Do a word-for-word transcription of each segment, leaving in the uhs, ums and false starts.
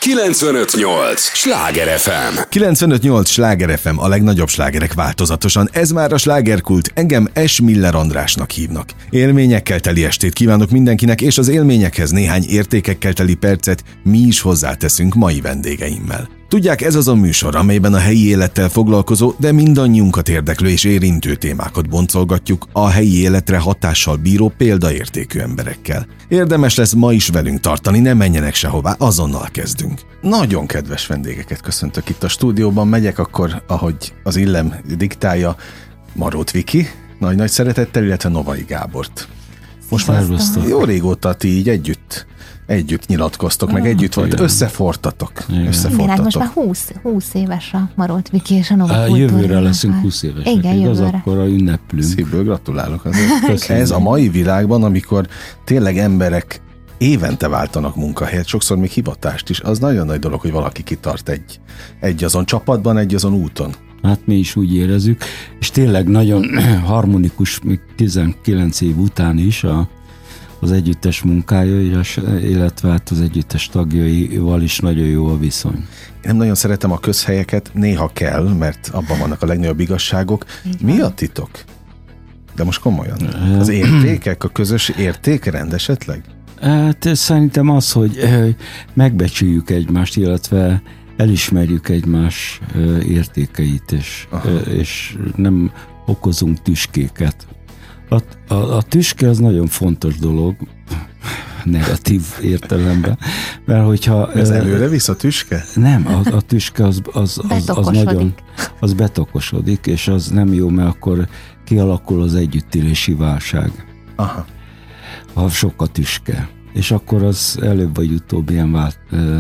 kilencvenöt nyolc Sláger ef em. kilencvenöt nyolc Sláger ef em, a legnagyobb slágerek változatosan. Ez már a slágerkult, engem S. Miller Andrásnak hívnak. Élményekkel teli estét kívánok mindenkinek, és az élményekhez néhány értékekkel teli percet mi is hozzáteszünk mai vendégeimmel. Tudják, ez az a műsor, amelyben a helyi élettel foglalkozó, de mindannyiunkat érdeklő és érintő témákat boncolgatjuk a helyi életre hatással bíró példaértékű emberekkel. Érdemes lesz ma is velünk tartani, ne menjenek sehová, azonnal kezdünk. Nagyon kedves vendégeket köszöntök itt a stúdióban, megyek akkor, ahogy az illem diktálja, Marót Viki, nagy-nagy szeretettel, illetve Novai Gábort. Most már jó régóta ti így együtt Együtt nyilatkoztok, meg együtt volt, összefortatok. Igen, hát most már húsz, húsz éves a Marót Viki és a Nova Kultúra. Jövőre leszünk húsz évesek, igen, igaz? Jövőre. Akkor a ünneplünk. Szívből gratulálok azért. Ez a mai világban, amikor tényleg emberek évente váltanak munkahelyet, sokszor még hivatást is, az nagyon nagy dolog, hogy valaki kitart egy, egy azon csapatban, egy azon úton. Hát mi is úgy érezzük, és tényleg nagyon harmonikus, még tizenkilenc év után is a az együttes munkája, illetve hát az együttes tagjaival is nagyon jó a viszony. Én nem nagyon szeretem a közhelyeket, néha kell, mert abban vannak a legnagyobb igazságok. Mi a titok? De most komolyan. Az értékek, a közös értékrend esetleg? Hát szerintem az, hogy megbecsüljük egymást, illetve elismerjük egymás értékeit, és, és nem okozunk tüskéket. A, a, a tüske az nagyon fontos dolog, negatív értelemben, mert hogyha... Ez előre visz a tüske? Nem, a, a tüske az, az, az, az nagyon... Az betokosodik, és az nem jó, mert akkor kialakul az együttélési válság. Aha. Ha sok a tüske. És akkor az előbb vagy utóbb ilyen vált...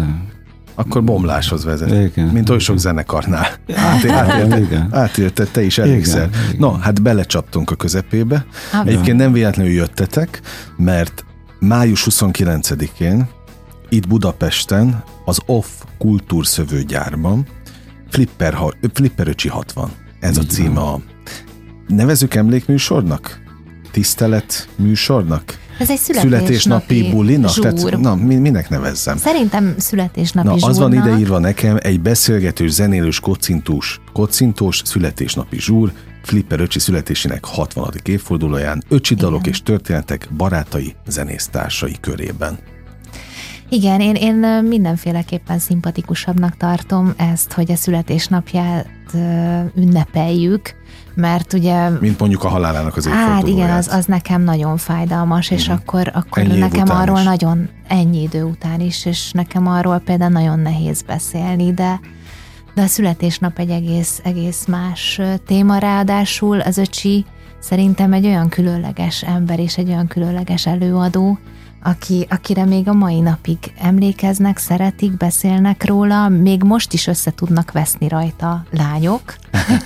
Akkor bomláshoz vezet. Igen, mint oly sok zenekarnál. Átélted, átélted te is elégszer. No, hát belecsaptunk a közepébe. Ah, Egyébként nem véletlenül jöttetek, mert május huszonkilencedikén itt Budapesten az Off Kultúrszövőgyárban Flipper, Flipper öcsi hatvan. Ez a címe a... Nevezzük emlékműsornak? Tisztelet műsornak? Ez egy születésnapi, születésnapi bulina? Tehát, na, minek nevezzem? Szerintem születésnapi na, zsúrnak. Az van ideírva nekem, egy beszélgetős, zenélős, kocintós, kocintós születésnapi zsúr, Flipper öcsi születésének hatvanadik évfordulóján, öcsi dalok Igen. és történetek barátai, zenésztársai körében. Igen, én, én mindenféleképpen szimpatikusabbnak tartom ezt, hogy a születésnapját ünnepeljük, mert ugye... Mint mondjuk a halálának az évfordulóját. Hát igen, az, az nekem nagyon fájdalmas, és mm. akkor, akkor nekem arról is. nagyon, ennyi idő után is, és nekem arról például nagyon nehéz beszélni, de, de a születésnap egy egész, egész más téma, ráadásul az öcsi szerintem egy olyan különleges ember, és egy olyan különleges előadó, Aki, akire még a mai napig emlékeznek, szeretik, beszélnek róla, még most is össze tudnak veszni rajta lányok.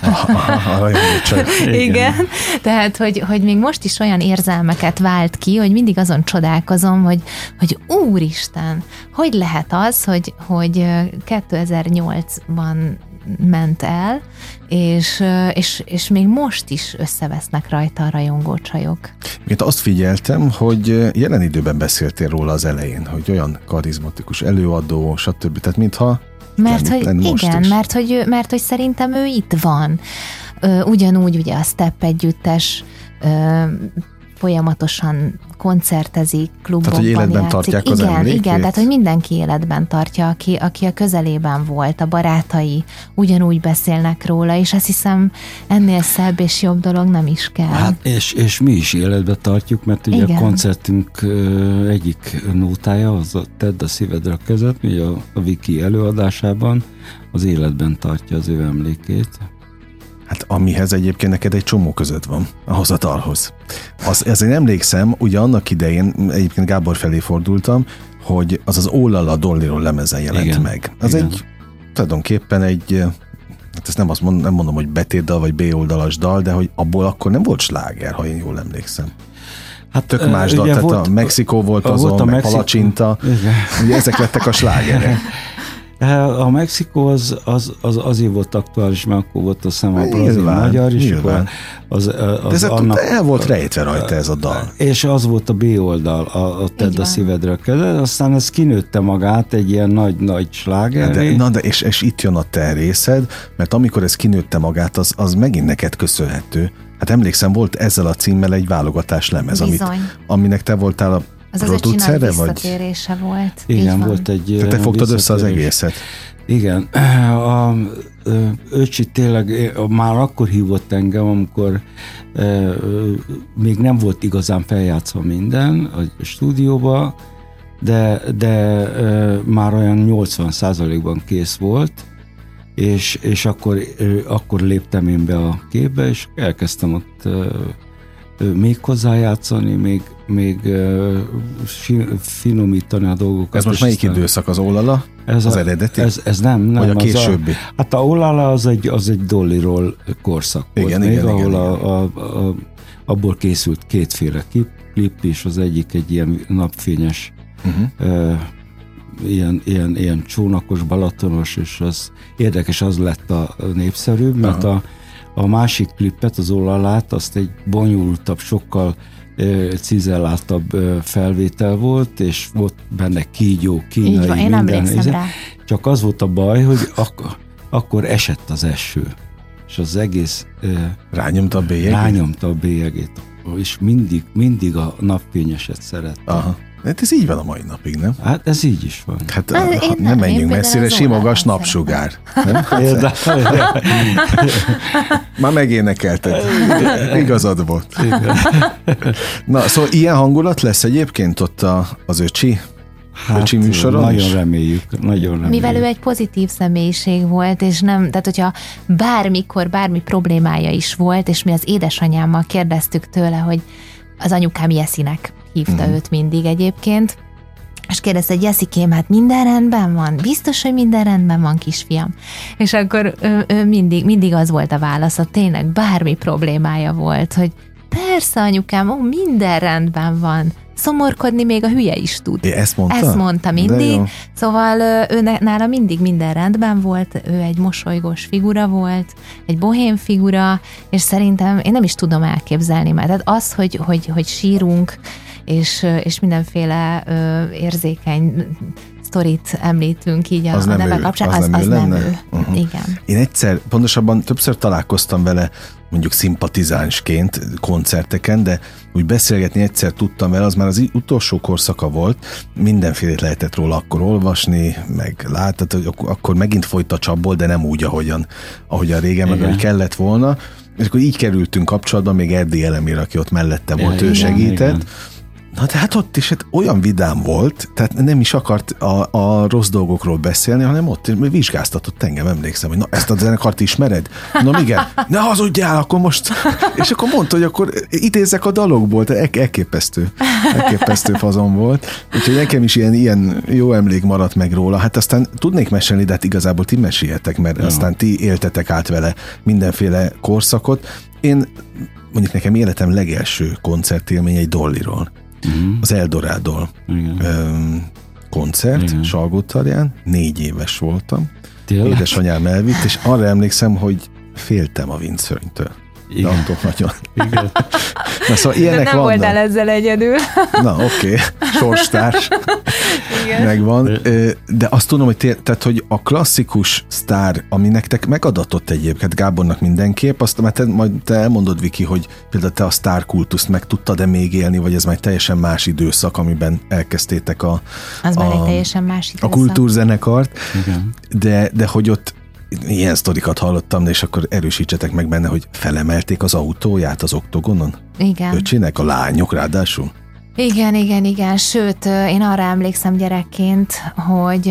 Igen, tehát, hogy, hogy még most is olyan érzelmeket vált ki, hogy mindig azon csodálkozom, hogy, hogy úristen, hogy lehet az, hogy, hogy kétezer-nyolcban ment el, és, és, és még most is összevesznek rajta a rajongó csajok. Én azt figyeltem, hogy jelen időben beszéltél róla az elején, hogy olyan karizmatikus előadó, stb. Tehát mintha mert lenn, hogy lenn most igen, is. mert hogy, mert hogy szerintem ő itt van. Ugyanúgy ugye a Step együttes folyamatosan koncertezik, klubokban tehát, hogy életben játszik. tartják az igen, emlékét? Igen, tehát, hogy mindenki életben tartja, aki, aki a közelében volt, a barátai ugyanúgy beszélnek róla, és azt hiszem ennél szebb és jobb dolog nem is kell. Hát, és, és mi is életben tartjuk, mert ugye igen. a koncertünk egyik nótája, az a Tedd a szívedre a kezed, ugye a, a Viki előadásában az életben tartja az ő emlékét. Hát amihez egyébként neked egy csomó között van, ahhoz a dalhoz. Az, ezért emlékszem, ugye annak idején, egyébként Gábor felé fordultam, hogy az az Ólala Dolliról lemezen jelent igen, meg. Az igen. egy, tulajdonképpen egy, hát ezt nem azt mondom, nem mondom, hogy betétdal vagy B-oldalas dal, de hogy abból akkor nem volt sláger, ha én jól emlékszem. Hát tök más dal, tehát volt, a Mexikó volt azon, volt a meg Mexikó. Palacsinta, ugye ezek lettek a slágerek. A Mexikó az, az, az azért volt aktuális, mert akkor volt a szem a brazil magyar, és akkor az, az, de ez annak, el volt rejtve rajta ez a dal. És az volt a B oldal, a, a Tedd a szívedre kezed, aztán ez kinőtte magát egy ilyen nagy-nagy slágerré. Na de és, és itt jön a te részed, mert amikor ez kinőtte magát, az, az megint neked köszönhető. Hát emlékszem, volt ezzel a címmel egy válogatás lemez, amit, aminek te voltál a az producere, az vagy? visszatérése volt. Igen, volt egy... Te, te fogtad össze az egészet. Igen. A öcsi tényleg már akkor hívott engem, amikor e, még nem volt igazán feljátszva minden a stúdióba, de, de e, már olyan nyolcvan százalékban kész volt, és, és akkor, e, akkor léptem én be a képbe, és elkezdtem ott e, még hozzájátszani, még, még uh, finomítani a dolgokat. Ez most melyik időszak, az Ólala? Ez az a, eredeti? Ez, ez nem, nem. Vagy a későbbi? A, hát a Ólala az egy, az egy Dollyról korszak volt. Igen, még, igen, ahol igen, a, a, a, abból készült kétféle klip, klip, és az egyik egy ilyen napfényes, uh-huh. uh, ilyen, ilyen, ilyen csónakos, balatonos, és az érdekes, az lett a népszerűbb, mert uh-huh. a A másik klippet, az Ólalát, azt egy bonyolultabb, sokkal uh, cizelláltabb uh, felvétel volt, és volt benne kígyó, kínai, így van, én minden. emlékszem rá. Csak az volt a baj, hogy ak- akkor esett az eső, és az egész uh, rányomta a bélyegét? Rányomta a bélyegét, és mindig, mindig a napfényeset szerette. Aha. Hát ez így van a mai napig, nem? Hát ez így is van. Hát nem, nem menjünk messzire, simogas napsugár. Már megénekelted. Igazad volt. Na, szóval ilyen hangulat lesz egyébként ott a, az öcsi? Hát, öcsi műsoron nagyon is? reméljük, nagyon reméljük. Mivel ő egy pozitív személyiség volt, és nem, tehát hogyha bármikor, bármi problémája is volt, és mi az édesanyámmal kérdeztük tőle, hogy az anyukám Jeszinek hívta mm. őt mindig egyébként, és kérdezte, hogy Jeszikém, hát minden rendben van? Biztos, hogy minden rendben van, kisfiam? És akkor ő, ő mindig, mindig az volt a válasza, tényleg bármi problémája volt, hogy persze, anyukám, ó, minden rendben van. Szomorkodni még a hülye is tud. É, ezt mondta? Ezt mondta mindig. Szóval ő nála mindig minden rendben volt, ő egy mosolygós figura volt, egy bohém figura, és szerintem én nem is tudom elképzelni, mert tehát az, hogy, hogy, hogy sírunk, és, és mindenféle ö, érzékeny sztorit említünk így a, a neve kapcsán, az, az nem, az nem ő. Uh-huh. Igen. Én egyszer, pontosabban többször találkoztam vele, mondjuk szimpatizánsként koncerteken, de úgy beszélgetni egyszer tudtam vele, az már az utolsó korszaka volt, mindenfélét lehetett róla akkor olvasni, meg láthat, hogy akkor megint folyt a csapból, de nem úgy, ahogyan, ahogyan régen, meg ahogy kellett volna, és akkor így kerültünk kapcsolatban, még Erdély Elemér, aki ott mellette volt, igen, ő segített. Igen. Na tehát ott is hát olyan vidám volt, tehát nem is akart a, a rossz dolgokról beszélni, hanem ott vizsgáztatott engem, emlékszem, hogy na ezt a zenekart ismered? Na igen, ne hazudjál, akkor most, és akkor mondta, hogy akkor idézzek a dalokból, tehát elképesztő, elképesztő fazon volt, úgyhogy nekem is ilyen, ilyen jó emlék maradt meg róla, hát aztán tudnék mesélni, de hát igazából ti meséljetek, mert ja. aztán ti éltetek át vele mindenféle korszakot. Én, mondjuk nekem életem legelső koncertélmény egy Dollyról. Uh-huh. Az Eldorádól um, koncert, Salgótarján, négy éves voltam. Tényleg? Édesanyám elvitt, és arra emlékszem, hogy féltem a vindszörnytől. De attól nagyon. Igen. Na, szóval ilyenek nem vannak. voltál ezzel egyedül. Na, oké, okay. Sorstárs. Igen. Megvan. De azt tudom, hogy, té- tehát, hogy a klasszikus sztár, ami nektek megadatott egyébként, Gábornak mindenképp, azt mert te, majd te elmondod, Viki, hogy például te a sztárkultuszt meg tudtad-e még élni, vagy ez már teljesen más időszak, amiben elkezdtétek a, az a, már egy teljesen más időszak. A kultúrzenekart, igen. De, de hogy ott ilyen sztorikat hallottam, és akkor erősítsetek meg benne, hogy felemelték az autóját az oktogonon? Igen. Öcsének, a lányok ráadásul? Igen, igen, igen. Sőt, én arra emlékszem gyerekként, hogy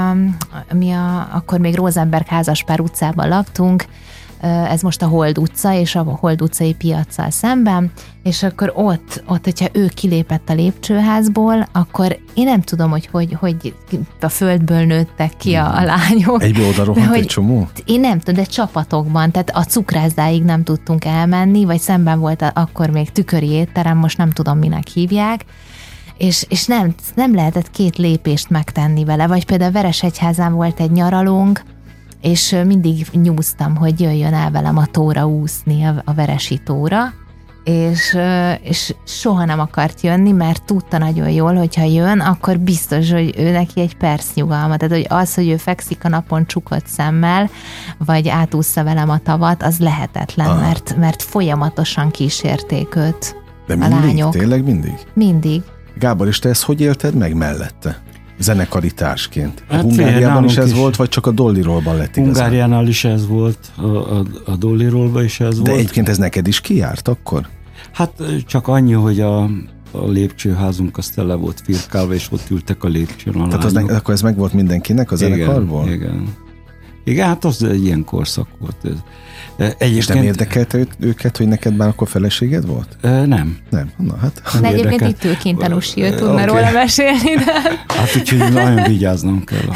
uh, mi a, akkor még Rosenberg házaspár utcában laktunk, uh, ez most a Hold utca, és a Hold utcai piaccal szemben, és akkor ott, ott, hogyha ő kilépett a lépcsőházból, akkor én nem tudom, hogy hogy, hogy a földből nőttek ki a, a lányok. Egyből oda rohant egy csomó? Én nem tudom, de csapatokban, tehát a cukrászdáig nem tudtunk elmenni, vagy szemben volt a, akkor még tüköri étterem, most nem tudom, minek hívják, és, és nem, nem lehetett két lépést megtenni vele, vagy például Veresegyházán volt egy nyaralónk, és mindig nyúztam, hogy jöjjön el velem a tóra úszni, a, a veresi tóra, és, és soha nem akart jönni, mert tudta nagyon jól, hogyha jön, akkor biztos, hogy ő neki egy perc nyugalma. Tehát hogy az, hogy ő fekszik a napon csukott szemmel, vagy átúszza velem a tavat, az lehetetlen, mert, mert folyamatosan kísérték őt. De mindig? A lányok. Tényleg mindig? Mindig. Gábor, és te ezt hogy élted meg mellette? Zenekari társként. Hát Hungáriában is ez is volt, vagy csak a Dolly Rollban lett igazán? Hungáriánál is ez volt, a, a, a Dolly Rollban is ez De volt. De egyébként ez neked is kijárt akkor? Hát csak annyi, hogy a, a lépcsőházunk az tele volt firkálva, és ott ültek a lépcsőn a Tehát az ne, akkor ez meg volt mindenkinek a zenekarból? Igen, igen. Igen, hát az egy ilyen korszak volt. Egyébként... És nem érdekelte őt, őket, hogy neked már akkor feleséged volt? Nem. Nem, na hát. De egyébként itt ül kint a Nusi, ő tudna okay. róla mesélni, de... Hát úgyhogy nagyon vigyáznom kell.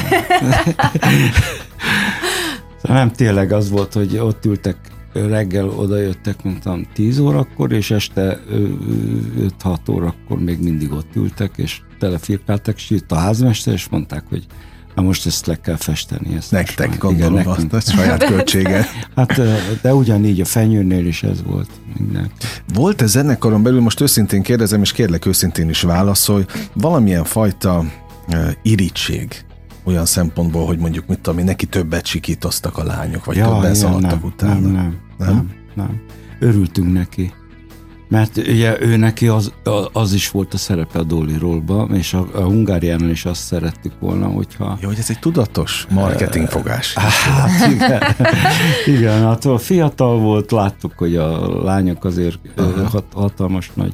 Nem, tényleg az volt, hogy ott ültek, reggel odajöttek, mondtam, tíz órakor, és este öt-hat órakor még mindig ott ültek, és telefirkáltak, és jött a házmester, és mondták, hogy na most ezt le kell festeni. Ezt nektek, gondolom, igen, azt, azt saját költsége. Hát, de ugyanígy a Fenyőnél is ez volt mindenki. Volt-e zenekaron belül, most őszintén kérdezem, és kérlek őszintén is válaszolj, valamilyen fajta uh, irigység olyan szempontból, hogy mondjuk mit tudom, neki többet sikítoztak a lányok, vagy ja, többen szaladtak utána? Nem, nem, nem, nem, nem. Örültünk neki. Mert ugye ő neki az, az is volt a szerepe a Dolly Rollban, és a, a Hungáriánál is azt szerettük volna, hogyha... Jó, hogy ez egy tudatos marketingfogás. Hát igen, igen, hát a fiatal volt, láttuk, hogy a lányok azért hat, hatalmas nagy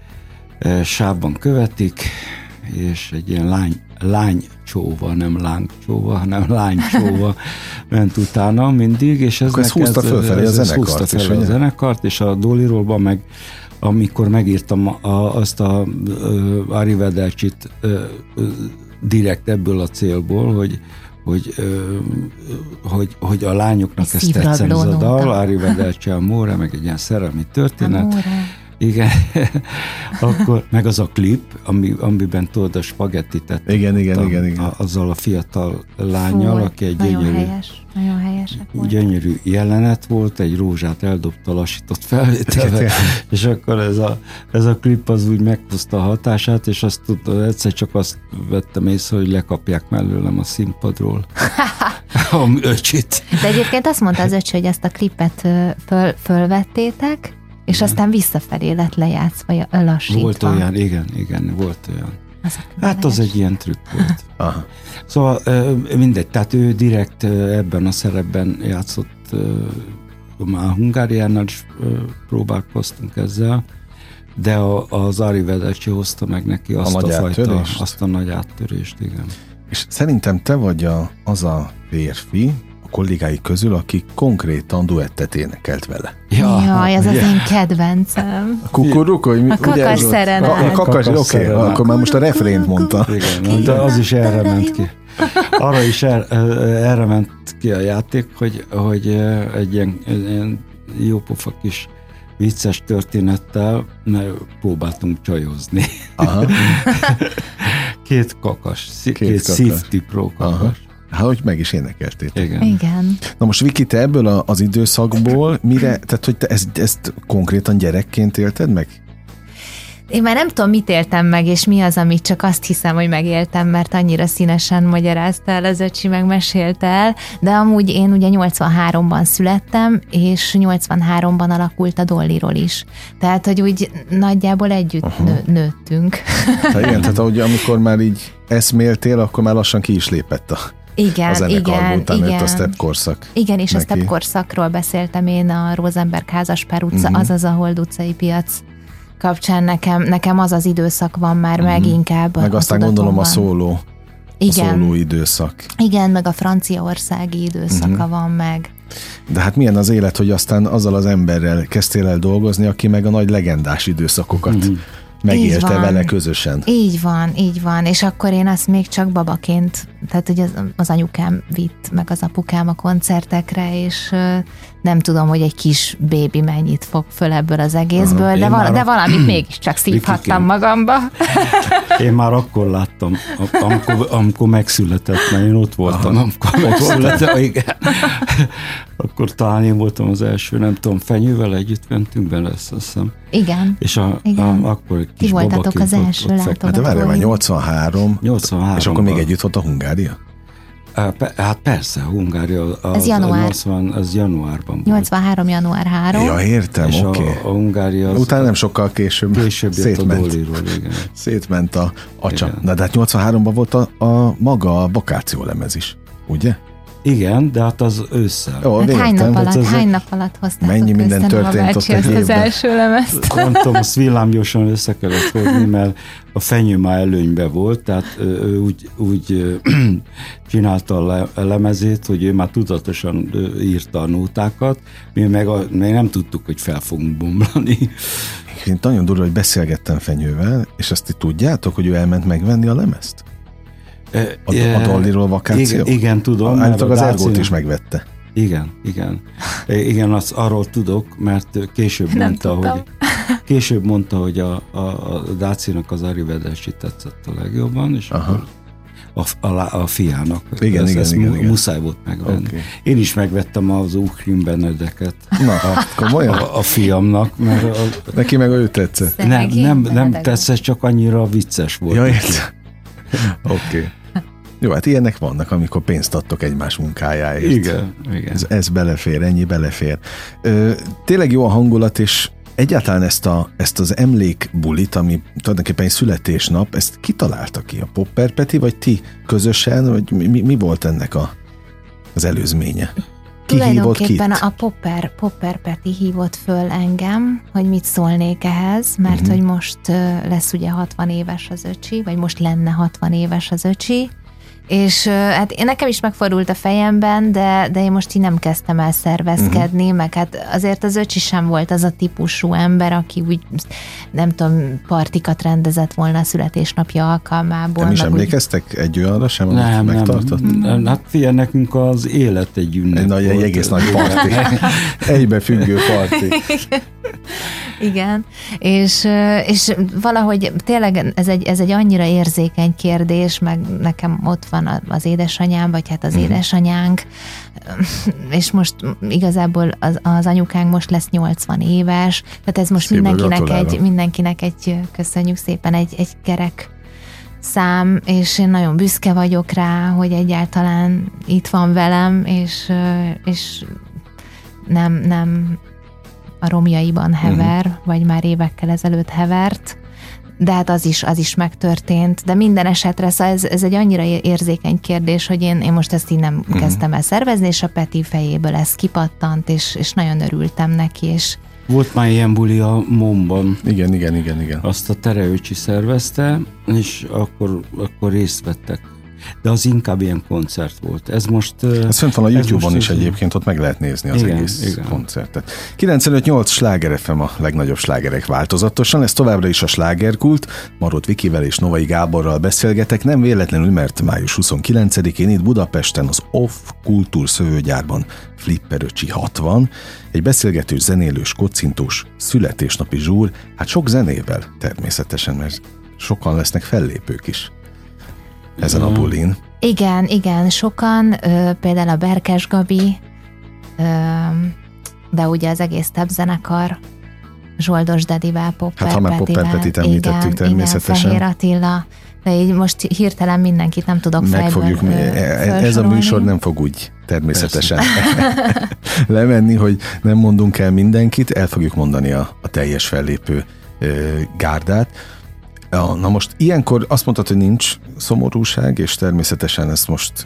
sávban követik, és egy ilyen lány, lánycsóva, nem lángcsóva, hanem lánycsóva ment utána mindig, és ez, ez húzta fölfelé a zenekart, húzta fel a zenekart, és a Dolly Rollban meg, amikor megírtam a, azt a uh, Arrivedercit uh, uh, direkt ebből a célból, hogy hogy, uh, hogy, hogy a lányoknak ezt tetszen ez a dal, Arrivederci amore, meg egy ilyen szerelmi történet. Amore. Igen, akkor meg az a klip, ami, amiben tudod a spagettit igen, igen, igen, igen. A, azzal a fiatal lányal, Fú, aki egy nagyon gyönyörű, helyes, nagyon helyesek volt. Gyönyörű jelenet volt, egy rózsát eldobta lassított felvételve, és akkor ez a, ez a klip az úgy meghozta a hatását, és azt tudta, egyszer csak azt vettem észre, hogy lekapják mellőlem a színpadról a öcsit. De egyébként azt mondta az öcsi, hogy ezt a klipet föl, fölvettétek, és igen. aztán visszafelé lett lejátszva, lassítva. Volt olyan, igen, igen, volt olyan. Az hát az egy ilyen trükk volt. Aha. Szóval mindegy, tehát ő direkt ebben a szerepben játszott, már Hungáriánál is próbálkoztunk ezzel, de az Arrivederci hozta meg neki azt a, a fajta, azt a nagy áttörést, igen. És szerintem te vagy a, az a férfi, kollégái közül, aki konkrétan duettet énekelt vele. Ja, Jaj, ez az én kedvencem. A kukuruko? A kakas szerenát. A kakas, oké, okay, akkor már most a refrént mondta. Igen, de az is erre ment ki. Arra is er, erre ment ki a játék, hogy, hogy egy ilyen, ilyen jópofa kis vicces történettel próbáltunk csajozni. Aha. Két kakas, két, két Safety Pro kakas. Aha. Hát, hogy meg is énekeltétek. Igen. Igen. Na most Viki, te ebből a, az időszakból mire, tehát hogy te ezt, ezt konkrétan gyerekként élted meg? Én már nem tudom, mit éltem meg, és mi az, amit csak azt hiszem, hogy megéltem, mert annyira színesen magyarázta el az öcsi, meg mesélte el, de amúgy én ugye nyolcvanháromban születtem, és nyolcvanháromban alakult a Dollyról is. Tehát, hogy úgy nagyjából együtt nő, nőttünk. Hát igen, tehát ahogy amikor már így eszméltél, akkor már lassan ki is lépett a Igen, a zenekarból, igen, utána igen. a step korszak. Igen, és neki. a step korszakról beszéltem én, a Rosenberg Házaspár utca, uh-huh. azaz a Hold utcai piac kapcsán nekem, nekem az az időszak van már uh-huh. meg inkább. Meg aztán gondolom a szóló, igen. a szóló időszak. Igen, meg a franciaországi időszaka uh-huh. van meg. De hát milyen az élet, hogy aztán azzal az emberrel kezdtél el dolgozni, aki meg a nagy legendás időszakokat uh-huh. megélte vele közösen. Így van, így van, és akkor én azt még csak babaként, tehát ugye az, az anyukám vitt, meg az apukám a koncertekre, és nem tudom, hogy egy kis bébi mennyit fog föl ebből az egészből, de, val- de valamit mégiscsak szívhattam magamba. Én már akkor láttam, amikor, amikor megszületett, mert én ott voltam, Aha. amikor megszületett, igen. Akkor talán én voltam az első, nem tudom, Fenyővel együtt mentünk bele, azt hiszem. Igen. És a, igen. A, akkor egy kis Ti voltatok az első látogatói. Hát de várjál, már nyolcvanhárom, nyolcvanhárom és akkor még együtt volt a Hungária? Hát persze, Hungária az, ez január. nyolcvan, az januárban volt. nyolcvanhárom január harmadika. Ja, értem, oké. Okay. A, a Hungária az... Utána nem sokkal később, később szétment. A Doliról, igen. Szétment a acsa. Na, de hát nyolcvanháromban volt a, a maga a Bakáció lemez is, ugye? Igen, de hát az ősszel. Jó, hát hány nap alatt, hány nap alatt hoztátok mennyi minden történt ott ezt az első lemezt? Nem tudom, azt villámgyorsan össze kellett fogni, mert a Fenyő már előnybe volt, tehát ő úgy, úgy csinálta a lemezét, hogy ő már tudatosan írta a nótákat, mi meg, a, meg nem tudtuk, hogy fel fogunk bomlani. Én nagyon durva, hogy beszélgettem Fenyővel, és azt ti tudjátok, hogy ő elment megvenni a lemezt? A, a Dollyról Vakáció? Igen, igen tudom. Állítólag az Ergót is megvette. Igen, igen. Igen, azt arról tudok, mert később nem mondta, tudtam. hogy később mondta, hogy a, a, a Dácinak az Arrivederci tetszett a legjobban, és akkor a, a, a fiának. Igen, ez, igen, ez igen, mu, igen. Muszáj volt megvenni. Okay. Én is megvettem az Uchrin Benedeket. Na, komolyan? A, a fiamnak, mert a, neki meg ő tetszett. Nem, nem, nem tetszett, csak annyira vicces volt. Ja, értem. Oké. Okay. Jó, hát ilyenek vannak, amikor pénzt adtok egymás munkájáért. Igen, igen. Ez, ez belefér, ennyi belefér. Ö, tényleg jó a hangulat, és egyáltalán ezt, a, ezt az emlékbulit, ami tulajdonképpen egy születésnap, ezt kitalálta ki? A Popper Peti, vagy ti közösen, vagy mi, mi volt ennek a, az előzménye? Ki Tulajdonképpen a Popper, Popper Peti hívott föl engem, hogy mit szólnék ehhez, mert uh-huh. hogy most lesz ugye hatvan éves az öcsi, vagy most lenne hatvan éves az öcsi, és hát én nekem is megfordult a fejemben, de, de én most így nem kezdtem el szervezkedni, uh-huh. meg hát azért az öcsi sem volt az a típusú ember, aki úgy, nem tudom, partikat rendezett volna a születésnapja alkalmából. Nem is emlékeztek úgy... egy olyanra sem, amit nem, megtartott? Nem, nem, hát figyelj, nekünk az élet egy ünnep. Egy, nagy, egy egész nagy parti. Egybefüggő parti. Igen, és, és valahogy tényleg ez egy, ez egy annyira érzékeny kérdés, meg nekem ott van az édesanyám, vagy hát az mm. édesanyánk, és most igazából az, az anyukánk most lesz nyolcvan éves, tehát ez most mindenkinek egy, mindenkinek egy, köszönjük szépen, egy, egy kerek szám, és én nagyon büszke vagyok rá, hogy egyáltalán itt van velem, és, és nem, nem a romjaiban hever, uh-huh. vagy már évekkel ezelőtt hevert, de hát az is, az is megtörtént, de minden esetre szóval ez, ez egy annyira érzékeny kérdés, hogy én, én most ezt így nem uh-huh. kezdtem el szervezni, és a Peti fejéből ez kipattant, és, és nagyon örültem neki, és volt már ilyen buli a Momban. Igen, igen, igen, igen. Azt a Tereöcsi szervezte, és akkor, akkor részt vettek. De az inkább ilyen koncert volt. Ez most... Ez fönt van a YouTube-on is egyébként, ott meg lehet nézni az igen, egész igen. koncertet. kilencvenöt nyolc Sláger ef em a legnagyobb slágerek változatosan, ez továbbra is a slágerkult. Marót Vikivel és Novai Gáborral beszélgetek, nem véletlenül, mert május huszonkilencedikén itt Budapesten az Off Kultúr Szövőgyárban Flipper öcsi hatvan, egy beszélgetős, zenélős, kocintós születésnapi zsúr, hát sok zenével természetesen, mert sokan lesznek fellépők is ezen a bulin. Igen, igen, sokan, ö, például a Berkes Gabi, ö, de ugye az egész zenekar, Zsoldos Dedivel, Popper Hát ha már Popper Petit említettük igen, természetesen. Igen, Fehér Attila, de így most hirtelen mindenkit nem tudok fejből fogjuk, ö, ez a műsor nem fog úgy természetesen lemenni, hogy nem mondunk el mindenkit, el fogjuk mondani a, a teljes fellépő ö, gárdát. Ja, na most ilyenkor azt mondtad, hogy nincs szomorúság, és természetesen ez most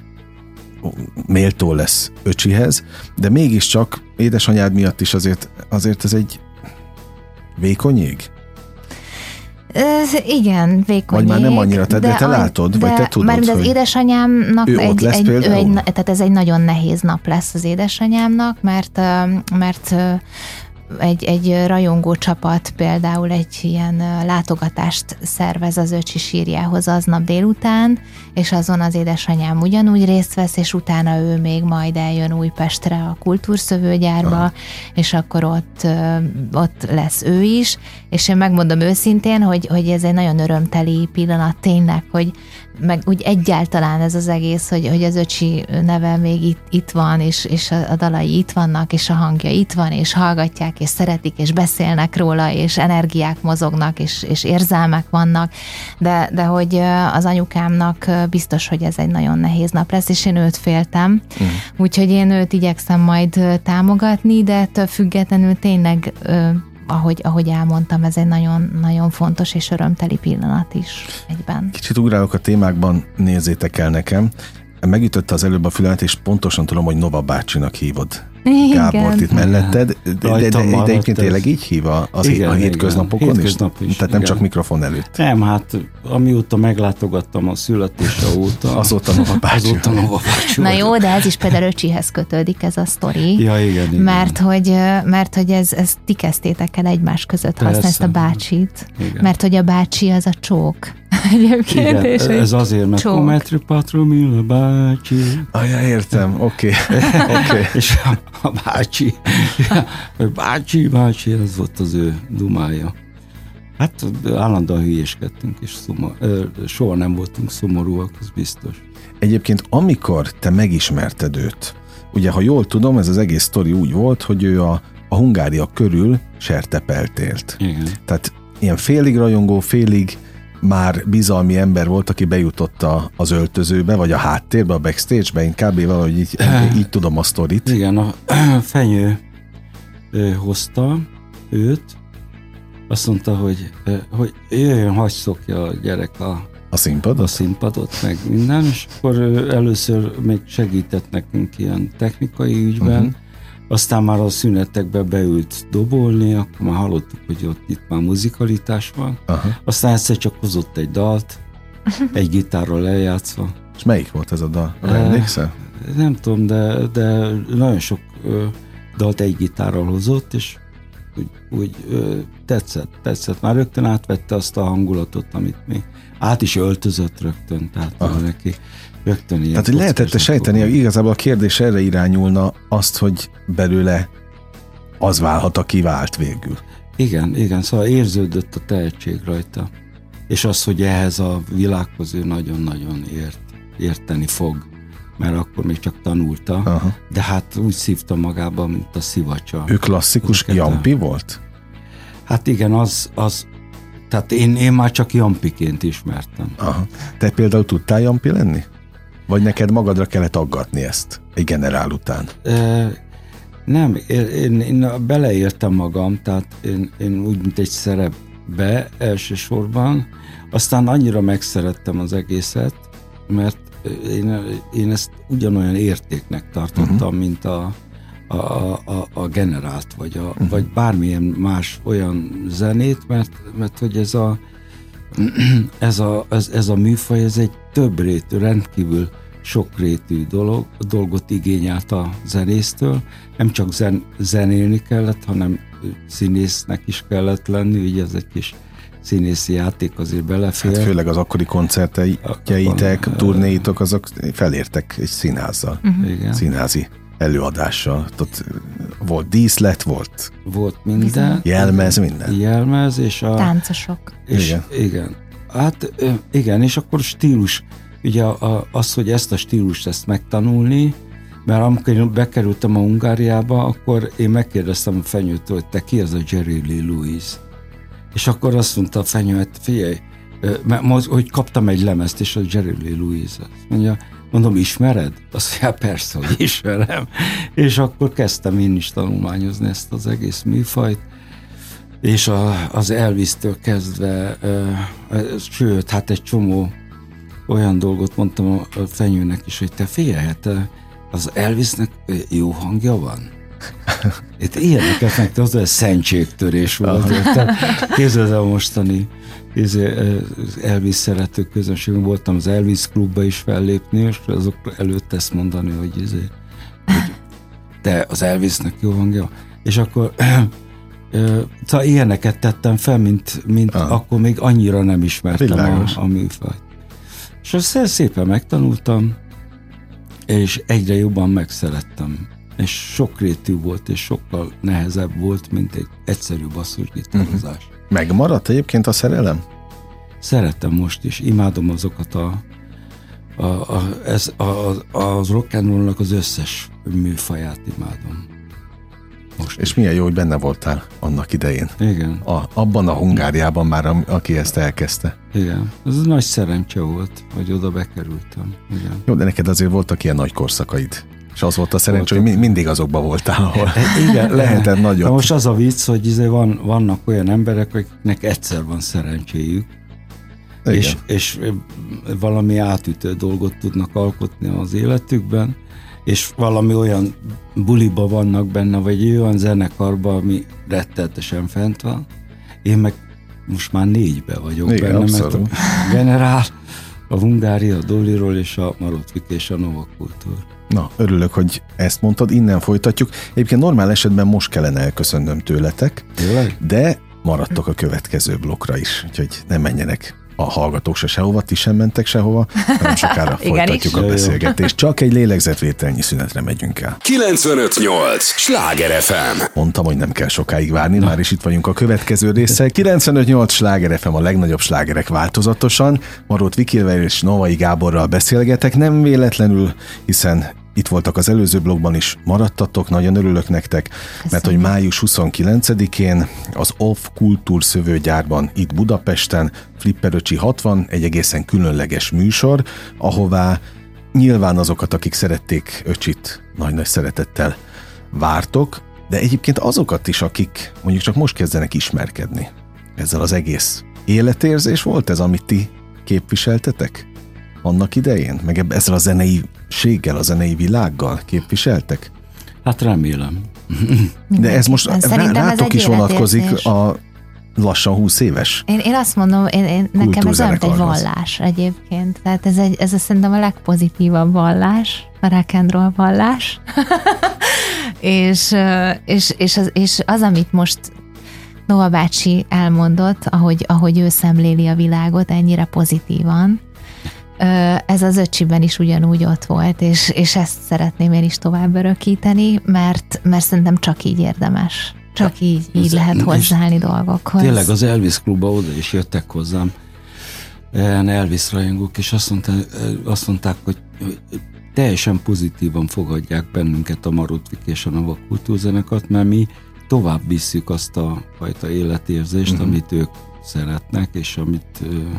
méltó lesz öcsihez, de mégiscsak édesanyád miatt is azért, azért ez egy vékony jég? Ez, igen, vékony Vagy már nem jég, annyira, te, de, de te látod, de, vagy te tudod, mert az hogy édesanyámnak ő egy, ott lesz egy, ő egy, tehát ez egy nagyon nehéz nap lesz az édesanyámnak, mert, mert egy, egy rajongó csapat például egy ilyen látogatást szervez az öcsi sírjához aznap délután, és azon az édesanyám ugyanúgy részt vesz, és utána ő még majd eljön Újpestre a kultúrszövőgyárba, Aha. és akkor ott, ott lesz ő is, és én megmondom őszintén, hogy, hogy ez egy nagyon örömteli pillanat tényleg, hogy meg úgy egyáltalán ez az egész, hogy, hogy az öcsi neve még itt, itt van, és, és a, a dalai itt vannak, és a hangja itt van, és hallgatják, és szeretik, és beszélnek róla, és energiák mozognak, és, és érzelmek vannak, de, de hogy az anyukámnak biztos, hogy ez egy nagyon nehéz nap lesz, és én őt féltem, mm. úgyhogy én őt igyekszem majd támogatni, de ettől függetlenül tényleg Ahogy, ahogy elmondtam, ez egy nagyon, nagyon fontos és örömteli pillanat is egyben. Kicsit ugrálok a témákban, nézzétek el nekem. Megütötte az előbb a fülemet, és pontosan tudom, hogy Nova bácsinak hívod. Igen. Gábort itt melletted, de, de, de, de egyébként tényleg így hív az igen, a hétköznapokon igen. Hétköznap is? is? Tehát nem igen. csak mikrofon előtt. Nem, hát amióta meglátogattam a születése óta. Azóta Nova bácsi. Azóta Nova bácsi. Na jó, de ez is például öcsihez kötődik ez a sztori. Ja, igen, igen. Mert hogy, mert, hogy ez, ez ti kezdtétek el egymás között használni ezt a bácsit. Igen. Mert hogy a bácsi az a csók. Igen, és ez azért, mert Kometri Patromilla bácsi. Ajá, értem, oké. Okay. okay. És a, a bácsi, bácsi, bácsi, ez volt az ő dumája. Hát állandóan hülyéskedtünk, és szomor, soha nem voltunk szomorúak, ez biztos. Egyébként amikor te megismerted őt, ugye, ha jól tudom, ez az egész sztori úgy volt, hogy ő a, a Hungária körül sertepelt élt. Igen. Tehát ilyen félig rajongó, félig már bizalmi ember volt, aki bejutott az öltözőbe, vagy a háttérbe, a backstage-be, én kb. Valahogy így, így tudom a sztorit. Igen, a Fenyő hozta őt, azt mondta, hogy, hogy jöjjön, hagyj szokja a gyerek a, a, színpadot? a színpadot, meg minden, és akkor először még segített nekünk ilyen technikai ügyben, uh-huh. aztán már a szünetekbe beült dobolni, akkor már hallottuk, hogy ott itt már muzikalitás van. Aha. Aztán egyszer csak hozott egy dalt, egy gitárral eljátszva. És melyik volt ez a dal? Emlékszel? Nem tudom, de, de nagyon sok ö, dalt egy gitárral hozott, és úgy, úgy ö, tetszett, tetszett. Már rögtön átvette azt a hangulatot, amit mi át is öltözött rögtön, tehát neki rögtön ilyen. Tehát, hogy lehetett sejteni, hogy igazából a kérdés erre irányulna azt, hogy belőle az válhat, aki vált végül. Igen, igen, szóval érződött a tehetség rajta. És az, hogy ehhez a világhoz ő nagyon-nagyon ért, érteni fog, mert akkor még csak tanulta, aha. de hát úgy szívta magába, mint a szivacsa. Ő klasszikus jampi volt? Hát igen, az, az tehát én, én már csak jampiként ismertem. Aha. Te például tudtál jampi lenni? Vagy neked magadra kellett aggatni ezt egy generál után? E, nem, én, én beleértem magam, tehát én, én úgy, mint egy szerepbe elsősorban, aztán annyira megszerettem az egészet, mert én, én ezt ugyanolyan értéknek tartottam, uh-huh. mint a, a, a, a generált, vagy, a, uh-huh. vagy bármilyen más olyan zenét, mert, mert hogy ez a, ez a, ez, ez a műfaj, ez egy többrétű, rendkívül sokrétű dolog, dolgot igényelt a zenésztől. Nem csak zen, zenélni kellett, hanem színésznek is kellett lenni, ugye ez egy kis színészi játék azért belefér. Hát főleg az akkori koncertjeitek, turnéitok, azok felértek egy színházzal, uh-huh. színházi előadással. Ott volt díszlet, volt, volt minden. Jelmez, minden. Jelmez, és a... Táncosok. És, igen. igen. Hát igen, és akkor stílus, ugye az, hogy ezt a stílust ezt megtanulni, mert amikor én bekerültem a Hungáriába, akkor én megkérdeztem a Fenyőtől, hogy te ki az a Jerry Lee Lewis? És akkor azt mondta a Fenyő, hát figyelj, hogy kaptam egy lemezt, és a Jerry Lee Lewis. Azt mondja, mondom, ismered? Azt mondja, persze, hogy ismerem. És akkor kezdtem én is tanulmányozni ezt az egész műfajt, és a, az Elvis-től kezdve, sőt, hát egy csomó olyan dolgot mondtam a Fenyőnek is, hogy te figyelj, hát az Elvisnek jó hangja van. Itt ilyeneket meg, az olyan szentségtörés volt. Képzeld el a mostani Elvis szerető közönség, voltam az Elvis klubba is fellépni, és azok előtt ezt mondani, hogy, hogy te az Elvisnek jó hangja. És akkor Szóval ilyeneket tettem fel, mint, mint ah. akkor még annyira nem ismertem a, a műfajt. És azt szépen megtanultam, és egyre jobban megszerettem. És sokrétű volt, és sokkal nehezebb volt, mint egy egyszerű basszusgitározás. Uh-huh. Megmaradt egyébként a szerelem? Szeretem most is, imádom azokat a, a, a, ez, a, az rock and rollnak az összes műfaját imádom. Most és is. Milyen jó, hogy benne voltál annak idején. Igen. A, abban a Hungáriában már, a, aki ezt elkezdte. Igen. Ez nagy szerencse volt, hogy oda bekerültem. Igen. Jó, de neked azért voltak ilyen nagy korszakaid. És az volt a szerencsé, hogy mindig azokban voltál, ahol igen, lehetett nagyot. Most az a vicc, hogy van, vannak olyan emberek, akiknek egyszer van szerencséjük, és, és valami átütő dolgot tudnak alkotni az életükben, és valami olyan buliba vannak benne, vagy olyan zenekarba, ami rettenetesen fent van. Én meg most már négybe vagyok igen, benne, abszolút. Mert a Generál, a Hungária, a Doliról és a Marotvik és a Nova Kultúr. Na, örülök, hogy ezt mondtad, innen folytatjuk. Egyébként normál esetben most kellene elköszönnöm tőletek, tényleg? De maradtok a következő blokkra is, úgyhogy nem menjenek a hallgatók se sehova, ti sem mentek sehova, hanem sokára folytatjuk a beszélgetést. Csak egy lélegzetvételnyi szünetre megyünk el. kilencvenöt nyolc Sláger ef em. Mondtam, hogy nem kell sokáig várni, Na. már is itt vagyunk a következő résszel. kilencvenöt nyolc Sláger ef em, a legnagyobb slágerek változatosan. Marót Vikivel és Novai Gáborral beszélgetek, nem véletlenül, hiszen itt voltak az előző blogban is, maradtatok, nagyon örülök nektek, Köszönöm. Mert hogy május huszonkilencedikén az Off Kultúr szövőgyárban itt Budapesten Flipper öcsi hatvan, egy egészen különleges műsor, ahová nyilván azokat, akik szerették öcsit, nagy-nagy szeretettel vártok, de egyébként azokat is, akik mondjuk csak most kezdenek ismerkedni. Ezzel az egész életérzés volt ez, amit ti képviseltetek annak idején? Meg ezzel a zeneiséggel, a zenei világgal képviseltek? Hát remélem. De ez most rá, rátok is vonatkozik a lassan húsz éves. Én, én azt mondom, én, én, nekem ez olyan egy vallás egyébként. Tehát ez, egy, ez a, szerintem a legpozitívabb vallás, a rock and roll vallás. és, és, és, az, és az, amit most Nova bácsi elmondott, ahogy, ahogy ő szemléli a világot ennyire pozitívan, ez az öcsiben is ugyanúgy ott volt, és, és ezt szeretném én is tovább örökíteni, mert, mert szerintem csak így érdemes. Csak így, így lehet hozzáállni dolgokhoz. Tényleg az Elvis klubba oda is jöttek hozzám ilyen Elvis rajongók, és azt mondták, azt mondták, hogy teljesen pozitívan fogadják bennünket a Marotvik és a Nova Kultúrzenekart, mert mi tovább visszük azt a fajta életérzést, uh-huh. amit ők szeretnek, és amit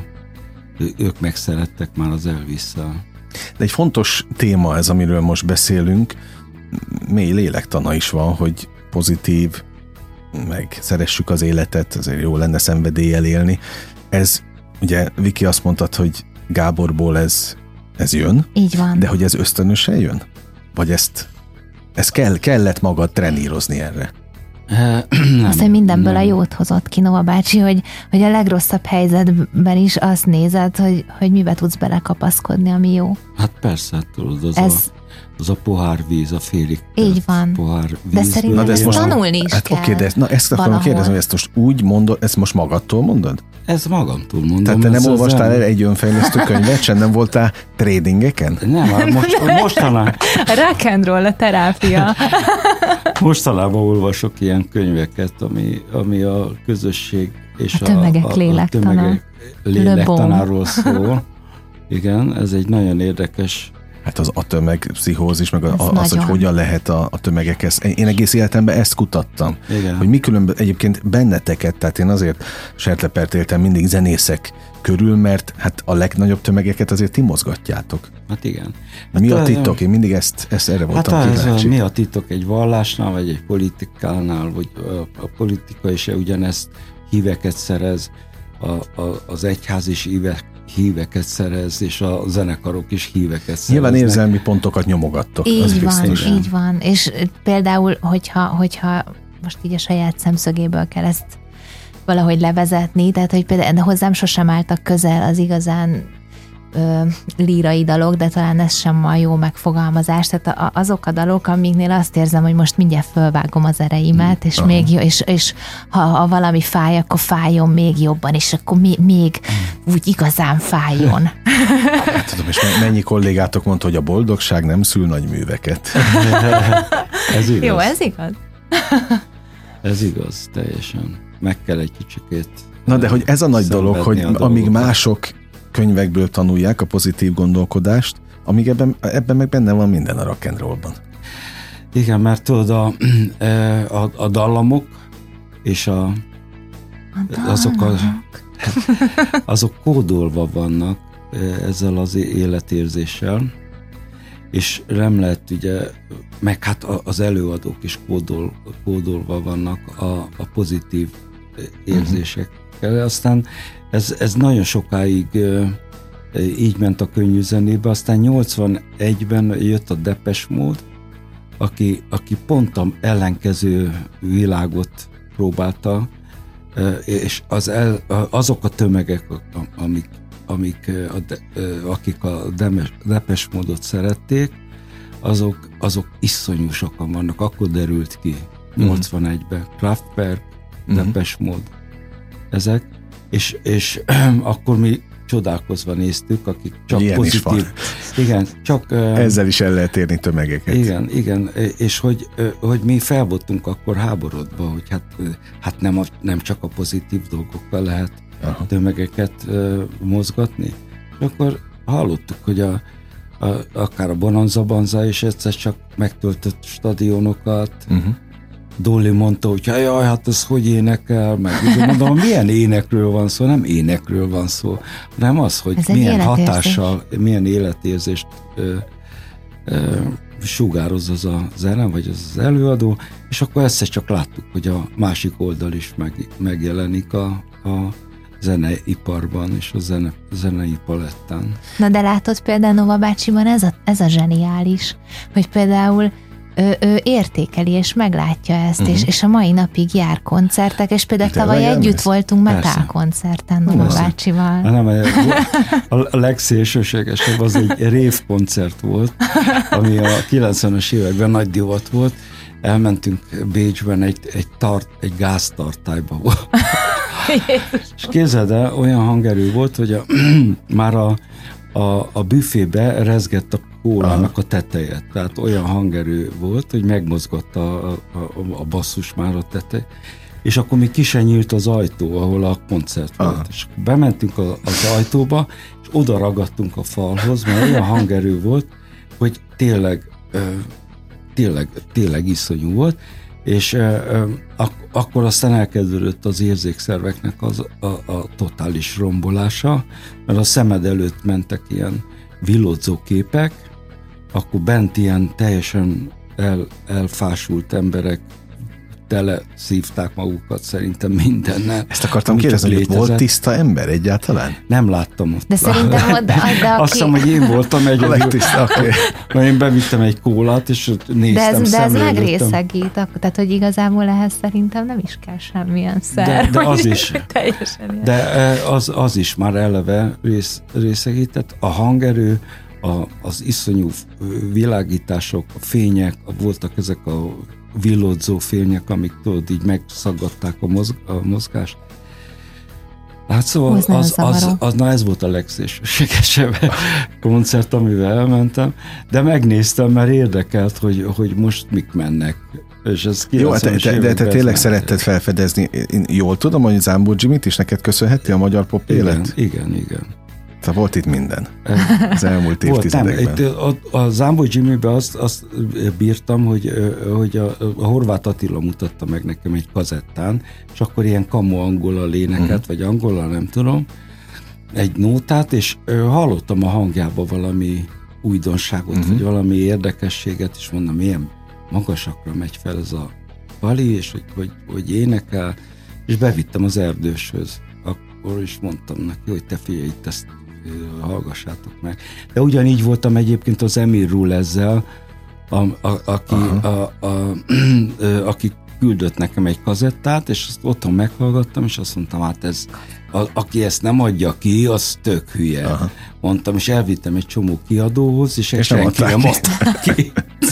ők megszerettek már az Elvis-szel. De egy fontos téma ez, amiről most beszélünk, mély lélektana is van, hogy pozitív, meg szeressük az életet, azért jó lenne szenvedéllyel élni. Ez, ugye Viki azt mondtad, hogy Gáborból ez, ez jön. Így van. De hogy ez ösztönösen jön? Vagy ezt, ezt kell, kellett magad trenírozni erre? Nem, azt, hogy mindenből nem. A jót hozott ki Nova bácsi, hogy, hogy a legrosszabb helyzetben is azt nézed, hogy, hogy mibe tudsz belekapaszkodni, ami jó. Hát persze, tudod, az, Ez... a, az a pohár víz, a félig így van. Pohár víz. De szerintem ezt most tanulni is hát kell. Oké, de na ezt akarom kérdezni, hogy ezt most úgy mondod, ezt most magadtól mondod? Ez magamtól mondom. Tehát te nem olvastál el egy önfejlesztő könyvet, sem nem voltál tradingeken? Nem, most, mostanában... Rock and roll a terápia. Mostanában olvasok ilyen könyveket, ami, ami a közösség és a tömegek, a, a, lélektana. a tömegek lélektanáról szól. Igen, ez egy nagyon érdekes. Hát az a tömegpszichózis, meg a, az, hogy hogyan lehet a, a tömegekhez. Én egész életemben ezt kutattam. Igen. Hogy mi különben egyébként benneteket, tehát én azért sertlepert éltem mindig zenészek körül, mert hát a legnagyobb tömegeket azért ti mozgatjátok. Hát igen. Mi hát a titok? Én mindig ezt, ezt erre voltam hát kíváncsi. Mi a titok egy vallásnál, vagy egy politikánál, vagy a, a politika is ugyanezt híveket szerez, a, a, az egyház is hívek híveket szerez, és a zenekarok is híveket szereznek. Nyilván érzelmi pontokat nyomogattok. Így az van, biztos. így van. És például, hogyha, hogyha most így a saját szemszögéből kell ezt valahogy levezetni, tehát hogy például hozzám sosem álltak közel az igazán ö, lírai dalok, de talán ez sem a jó megfogalmazás. Tehát a, azok a dalok, amiknél azt érzem, hogy most mindjárt fölvágom az ereimet, és, még, és, és ha, ha valami fáj, akkor fájjon még jobban, és akkor még, még úgy igazán fájjon. Hát, tudom, és mennyi kollégátok mondta, hogy a boldogság nem szül nagy műveket. Ez igaz. Jó, ez igaz. Ez igaz, teljesen. Meg kell egy kicsikét. Na de hogy ez a nagy dolog, hogy amíg mások könyvekből tanulják a pozitív gondolkodást, amíg ebben, ebben meg benne van minden a rock and rollban. Igen, mert tudod, a, a, a dallamok és a, a azok, a, azok kódolva vannak ezzel az életérzéssel, és nem lehet ugye, meg hát az előadók is kódol, kódolva vannak a, a pozitív érzésekkel. Aztán ez, ez nagyon sokáig így ment a könnyű zenébe, aztán nyolcvanegyben jött a Depeche Mode, aki, aki pont a ellenkező világot próbálta, és az el, azok a tömegek, amik, amik a de, akik a Depeche Mode-ot szerették, azok, azok iszonyú sokan vannak, akkor derült ki nyolcvanegyben. Kraftwerk, Depeche Mode, ezek, és, és akkor mi csodálkozva néztük, akik csak ilyen pozitív. Igen, csak... Ezzel is el lehet érni tömegeket. Igen, igen, és hogy, hogy mi fel voltunk akkor háborodva, hogy hát, hát nem, a, nem csak a pozitív dolgokkal lehet Aha. tömegeket uh, mozgatni. És akkor hallottuk, hogy a, a, akár a Bonanza Banza is egyszer csak megtöltött stadionokat, uh-huh. Dolly mondta, hogy jaj, hát ez hogy énekel, meg mondom, milyen énekről van szó, nem énekről van szó, hanem az, hogy ez milyen hatással, milyen életérzést ö, ö, sugároz az a zene, vagy az az előadó, és akkor ezt csak láttuk, hogy a másik oldal is meg, megjelenik a, a zeneiparban és a zene, zenei palettán. Na de látod például Nova bácsiban ez a, ez a zseniális, hogy például Ő, ő értékeli és meglátja ezt, uh-huh. és, és a mai napig jár koncertek, és például de tavaly együtt ezt? voltunk metal koncerten Nova bácsival. Nem, a legszélsőségesebb az egy rave koncert volt, ami a kilencvenes években nagy divat volt. Elmentünk Bécsben egy, egy, tart, egy gáztartályba volt. És képzeld el, olyan hangerő volt, hogy a, már a, a, a büfébe rezgett a kólának a teteje. Tehát olyan hangerő volt, hogy megmozgatta a, a, a basszus már a teteje. És akkor még ki sem nyílt az ajtó, ahol a koncert volt. Aha. És bementünk a, az ajtóba, és oda ragadtunk a falhoz, mert olyan hangerő volt, hogy tényleg, tényleg, tényleg iszonyú volt, és ak- akkor aztán elkezdődött az érzékszerveknek az, a, a totális rombolása, mert a szemed előtt mentek ilyen villódzó képek, akkor bent ilyen teljesen el, elfásult emberek tele szívták magukat szerintem mindennel. Ezt akartam kérdezni, hogy volt tiszta ember egyáltalán? Nem láttam ott. De szerintem ott, de aki... Azt hiszem, hogy én voltam egy... A legtiszta, oké. Okay. Én bevittem egy kólát, és néztem, de ez, de ez megrészegít, tehát hogy igazából ehhez szerintem nem is kell semmilyen szer. De, de az is. De az, az is már eleve rész, részegített. A hangerő, a, az iszonyú világítások, a fények, voltak ezek a villódzó fények, amik tudod, így megszaggatták a, mozg, a mozgást. Hát szóval az, az, az, az, na ez volt a legszélsőségesebb koncert, amivel elmentem, de megnéztem, mert érdekelt, hogy, hogy most mik mennek. És ez jó, te, te, de te tényleg szeretted felfedezni. Én jól tudom, hogy Zámbó Jimmy-t is neked köszönheti a magyar pop élet? Igen, igen, igen. Tehát volt itt minden az elmúlt évtizedekben. A, a Zámbó Jimmy-ben azt, azt bírtam, hogy, hogy a, a Horváth Attila mutatta meg nekem egy kazettán, és akkor ilyen kamu angola léneket, uh-huh. vagy angola, nem tudom, egy nótát, és hallottam a hangjába valami újdonságot, uh-huh. vagy valami érdekességet, és mondom, milyen magasakra megy fel ez a Bali, és hogy, hogy, hogy énekel, és bevittem az Erdőshöz. Akkor is mondtam neki, hogy te figyelj, itt ezt hallgassátok meg. De ugyanígy voltam egyébként az Emir Rul ezzel, a, a, aki, a, a, a, aki küldött nekem egy kazettát, és azt otthon meghallgattam, és azt mondtam, hát ez, a, aki ezt nem adja ki, az tök hülye. Aha. Mondtam, és elvittem egy csomó kiadóhoz, és, és senki nem adták ki.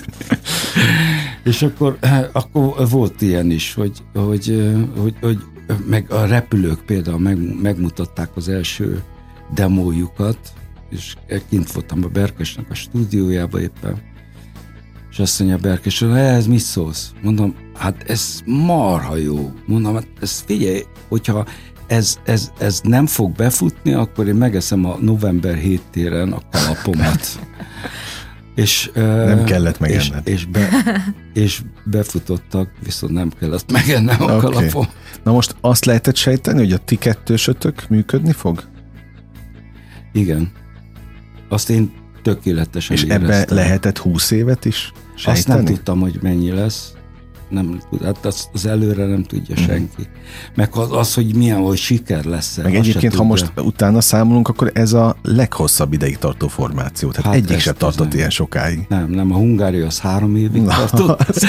És akkor, akkor volt ilyen is, hogy, hogy, hogy, hogy meg a repülők például meg, megmutatták az első demójukat, és kint voltam a Berkesnek a stúdiójába éppen, és azt mondja Berkes, hogy ez mit szólsz? Mondom, hát ez marha jó. Mondom, hát ez figyelj, hogyha ez, ez, ez nem fog befutni, akkor én megeszem a november héttéren a kalapomat. És, nem kellett megenned. És, és, be, és befutottak, viszont nem kellett megennem a okay. kalapom. Na most azt lehetett sejteni, hogy a ti kettősötök működni fog? Igen. Azt én tökéletesen és éreztem. Ebbe lehetett húsz évet is sejteni? Azt nem tudtam, hogy mennyi lesz. Nem, hát az, az előre nem tudja mm. senki. Meg az, az, hogy milyen, hogy siker lesz. Meg egyébként, ha most utána számolunk, akkor ez a leghosszabb ideig tartó formáció. Tehát hát egyik sem tartott nem. ilyen sokáig. Nem, nem, a Hungária az három évig Na, tartott. Az...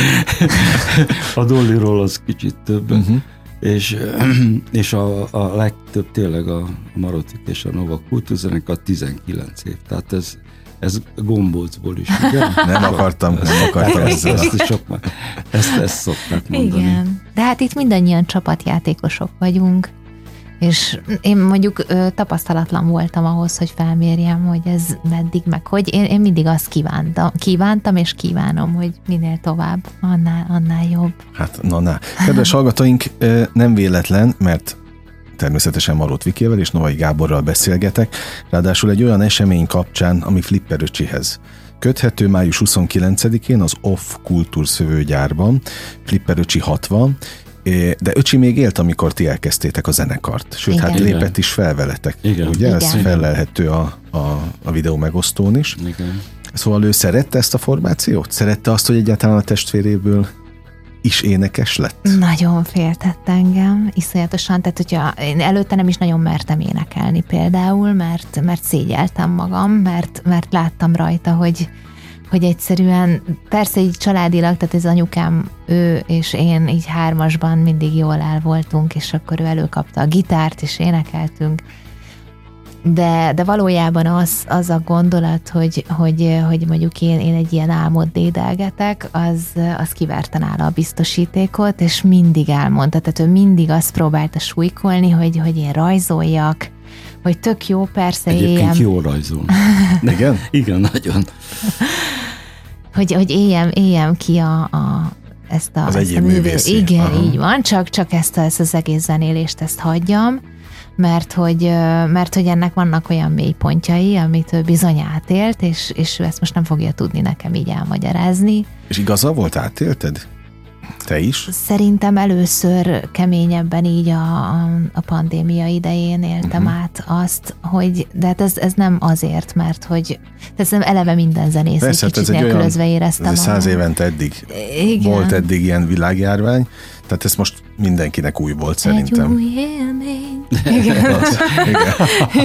a Dollyról az kicsit több. Uh-huh. És, és a, a legtöbb tényleg a Marotik és a Nova Kultúrzenekar tizenkilenc év. Tehát ez Ez Gombócból is, ugye? Nem akartam, nem akartam ezzel. Ezt, ezt, ezt, ezt szokták mondani. Igen, de hát itt mindannyian csapatjátékosok vagyunk, és én mondjuk ö, tapasztalatlan voltam ahhoz, hogy felmérjem, hogy ez meddig, meg hogy. Én, én mindig azt kívántam, kívántam és kívánom, hogy minél tovább, annál, annál jobb. Hát, na, na. Kedves hallgatóink, nem véletlen, mert természetesen Marót Vikivel és Novai Gáborral beszélgetek, ráadásul egy olyan esemény kapcsán, ami Flipper öcsihez köthető. Május huszonkilencedikén az Off Kultúrszövőgyárban, Flipper öcsi hatvan, de öcsi még élt, amikor ti elkezdtétek a zenekart. Sőt, igen. hát lépett is fel veletek. Igen. Ugye? Igen. Ez fellelhető a, a, a videó megosztón is. Igen. Szóval ő szerette ezt a formációt? Szerette azt, hogy egyáltalán a testvéréből is énekes lett? Nagyon féltett engem, iszonyatosan, tehát hogyha én előtte nem is nagyon mertem énekelni például, mert, mert szégyeltem magam, mert, mert láttam rajta, hogy, hogy egyszerűen, persze így családilag, tehát ez anyukám, ő és én így hármasban mindig jól el voltunk, és akkor ő előkapta a gitárt, és énekeltünk, De, de valójában az, az a gondolat, hogy, hogy, hogy mondjuk én, én egy ilyen álmot dédelgetek, az, az kiverte nála a biztosítékot, és mindig elmondta, tehát ő mindig azt próbálta súlykolni, hogy, hogy én rajzoljak, hogy tök jó, persze Egyébként éljem. Egyébként jól rajzol. Igen? Igen, nagyon. hogy, hogy éljem, éljem ki a, a ezt a, az ezt a művész. Igen, Aha. így van, csak, csak ezt, a, ezt az egész zenélést ezt hagyjam, mert hogy, mert hogy ennek vannak olyan mélypontjai, amit ő bizony átélt, és, és ő ezt most nem fogja tudni nekem így elmagyarázni. És igaza volt, átélted? Te is? Szerintem először keményebben így a, a pandémia idején éltem uh-huh. át azt, hogy, de hát ez, ez nem azért, mert hogy ez nem eleve minden zenész Persze, egy kicsit nélkülözve éreztem. Ez száz évente eddig Igen. volt eddig ilyen világjárvány, tehát ez most mindenkinek új volt szerintem. Egy új élmény. Igen. Az, igen.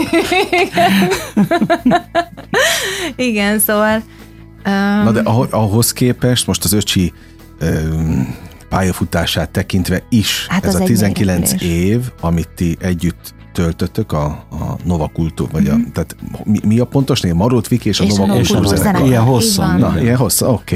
igen. igen, szóval um... Na de ahhoz képest most az öcsi um, pályafutását tekintve is hát ez a tizenkilenc év, amit ti együtt töltöttök a, a Nova Kultúr, vagy mm-hmm. a, tehát mi, mi a pontos név? Marót Viki és a és Nova Kultúrzenekar. Ilyen hosszan. Na, ilyen hosszan, oké.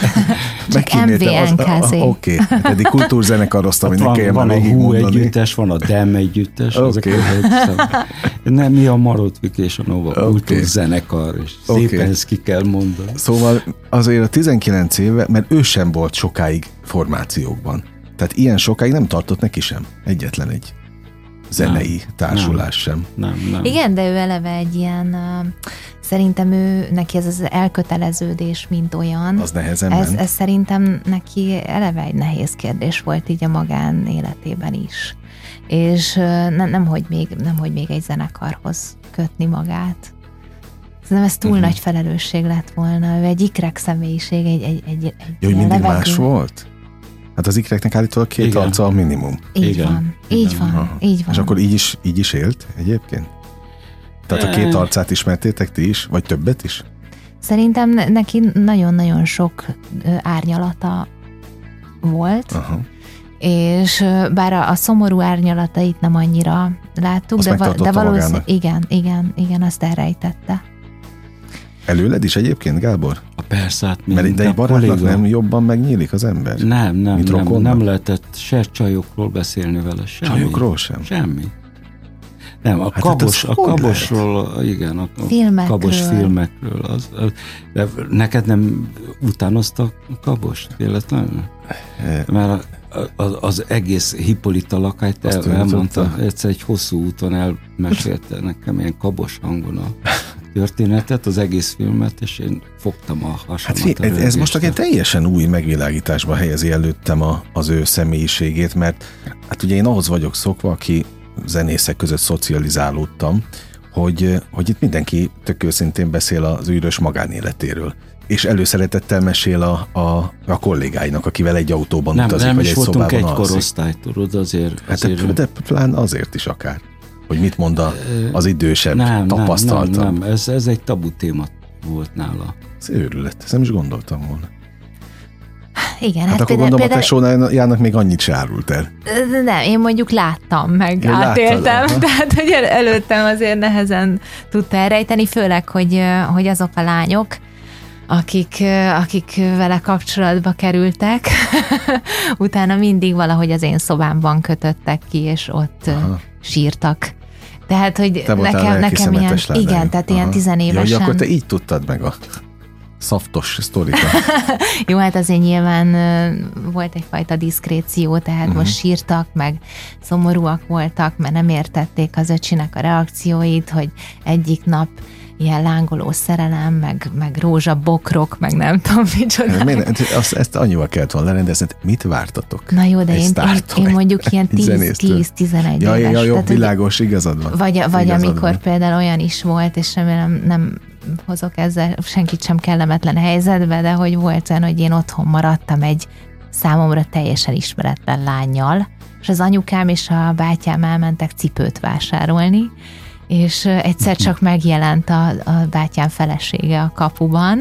Okay. Oké, okay. Pedig kultúrzenekaroztam, hogy ne kelljen már végig mondani. Van a Hú együttes, van a Dem együttes. Okay. Nem, mi a Marót Viki és a Nova okay. Kultúrzenekar, és okay. szépen ezt ki kell mondani. Szóval azért a tizenkilenc éve, mert ő sem volt sokáig formációkban. Tehát ilyen sokáig nem tartott neki sem. Egyetlen egy zenei nem, társulás nem, sem. Nem, nem. Igen, de ő eleve egy ilyen, uh, szerintem ő, neki ez az elköteleződés, mint olyan. Az nehezen ez, ment. ez szerintem neki eleve egy nehéz kérdés volt így a magán életében is. És uh, nem, nem, hogy még, nem, hogy még egy zenekarhoz kötni magát. Szerintem ez túl uh-huh. nagy felelősség lett volna. Ő egy ikrek személyiség, egy, egy, egy, egy Jó, hogy mindig levegő. Más volt? Hát az ikreknek állítólag két Igen. arca a minimum. Így Igen. van, így Igen. van, Aha. így van. És akkor így is, így is élt egyébként? Tehát a két arcát ismertétek ti is? Vagy többet is? Szerintem neki nagyon-nagyon sok árnyalata volt, Aha. és bár a, a szomorú árnyalatait nem annyira láttuk, azt de, de valószínűleg igen, igen, igen, azt elrejtette. Előled is egyébként, Gábor? A persze, hát mert de egy barátnak nem jobban megnyílik az ember? Nem, nem, nem, nem lehetett se csajokról beszélni vele, semmi. Csajokról sem? Semmi. Nem, a, hát kabos, a kabosról, lehet? Igen, a, a kabos filmekről. Az, az, de neked nem utánozta a kabos véletlenül? E... Mert az, az egész Hippolyta lakályt el, elmondta, egyszer egy hosszú úton elmesélte nekem ilyen kabos hangon a történetet, az egész filmet, és én fogtam a hasamat. Hát, ez, ez most egy teljesen új megvilágításba helyezi előttem a, az ő személyiségét, mert hát ugye én ahhoz vagyok szokva, aki zenészek között szocializálódtam, hogy, hogy itt mindenki tök őszintén beszél az űrös magánéletéről. És előszeretettel mesél a, a, a kollégáinak, akivel egy autóban nem, utazik, nem vagy egy szobában alszik. Nem, is voltunk egy korosztály, tudod, azért... azért... Hát, de plán azért is akár. Hogy mit mond az idősebb, nem, tapasztaltabb. Nem, nem, nem. Ez, ez egy tabu téma volt nála. Ez őrület, ezt nem is gondoltam volna. Igen, hát, hát akkor például, gondolom például... a tesójának még annyit se árult el. Nem, én mondjuk láttam, meg ja, átéltem, láttad, tehát hogy el, előttem azért nehezen tudta elrejteni, főleg, hogy, hogy azok a lányok, akik, akik vele kapcsolatba kerültek, utána mindig valahogy az én szobámban kötöttek ki, és ott aha. sírtak. Tehát, hogy te nekem, nekem ilyen, ládány. Igen, tehát aha. ilyen tizenévesen. Ja, akkor te így tudtad meg a szaftos sztorikat. Jó, hát azért nyilván volt egyfajta diszkréció, tehát uh-huh. most sírtak, meg szomorúak voltak, mert nem értették az öcsinek a reakcióit, hogy egyik nap ilyen lángoló szerelem, meg, meg rózsabokrok, meg nem tudom micsoda. Miért, azt, ezt annyival kellett volna lerendezni, mit vártatok? Na jó, de én, én, én mondjuk ilyen tíz-tizenegy ja, éves. Ja, jó, tehát, világos, igazad van. Vagy, vagy igazad amikor van. Például olyan is volt, és remélem nem hozok ezzel senkit sem kellemetlen helyzetbe, de hogy volt olyan, hogy én otthon maradtam egy számomra teljesen ismeretlen lánnyal, és az anyukám és a bátyám elmentek cipőt vásárolni, és egyszer csak megjelent a, a bátyám felesége a kapuban,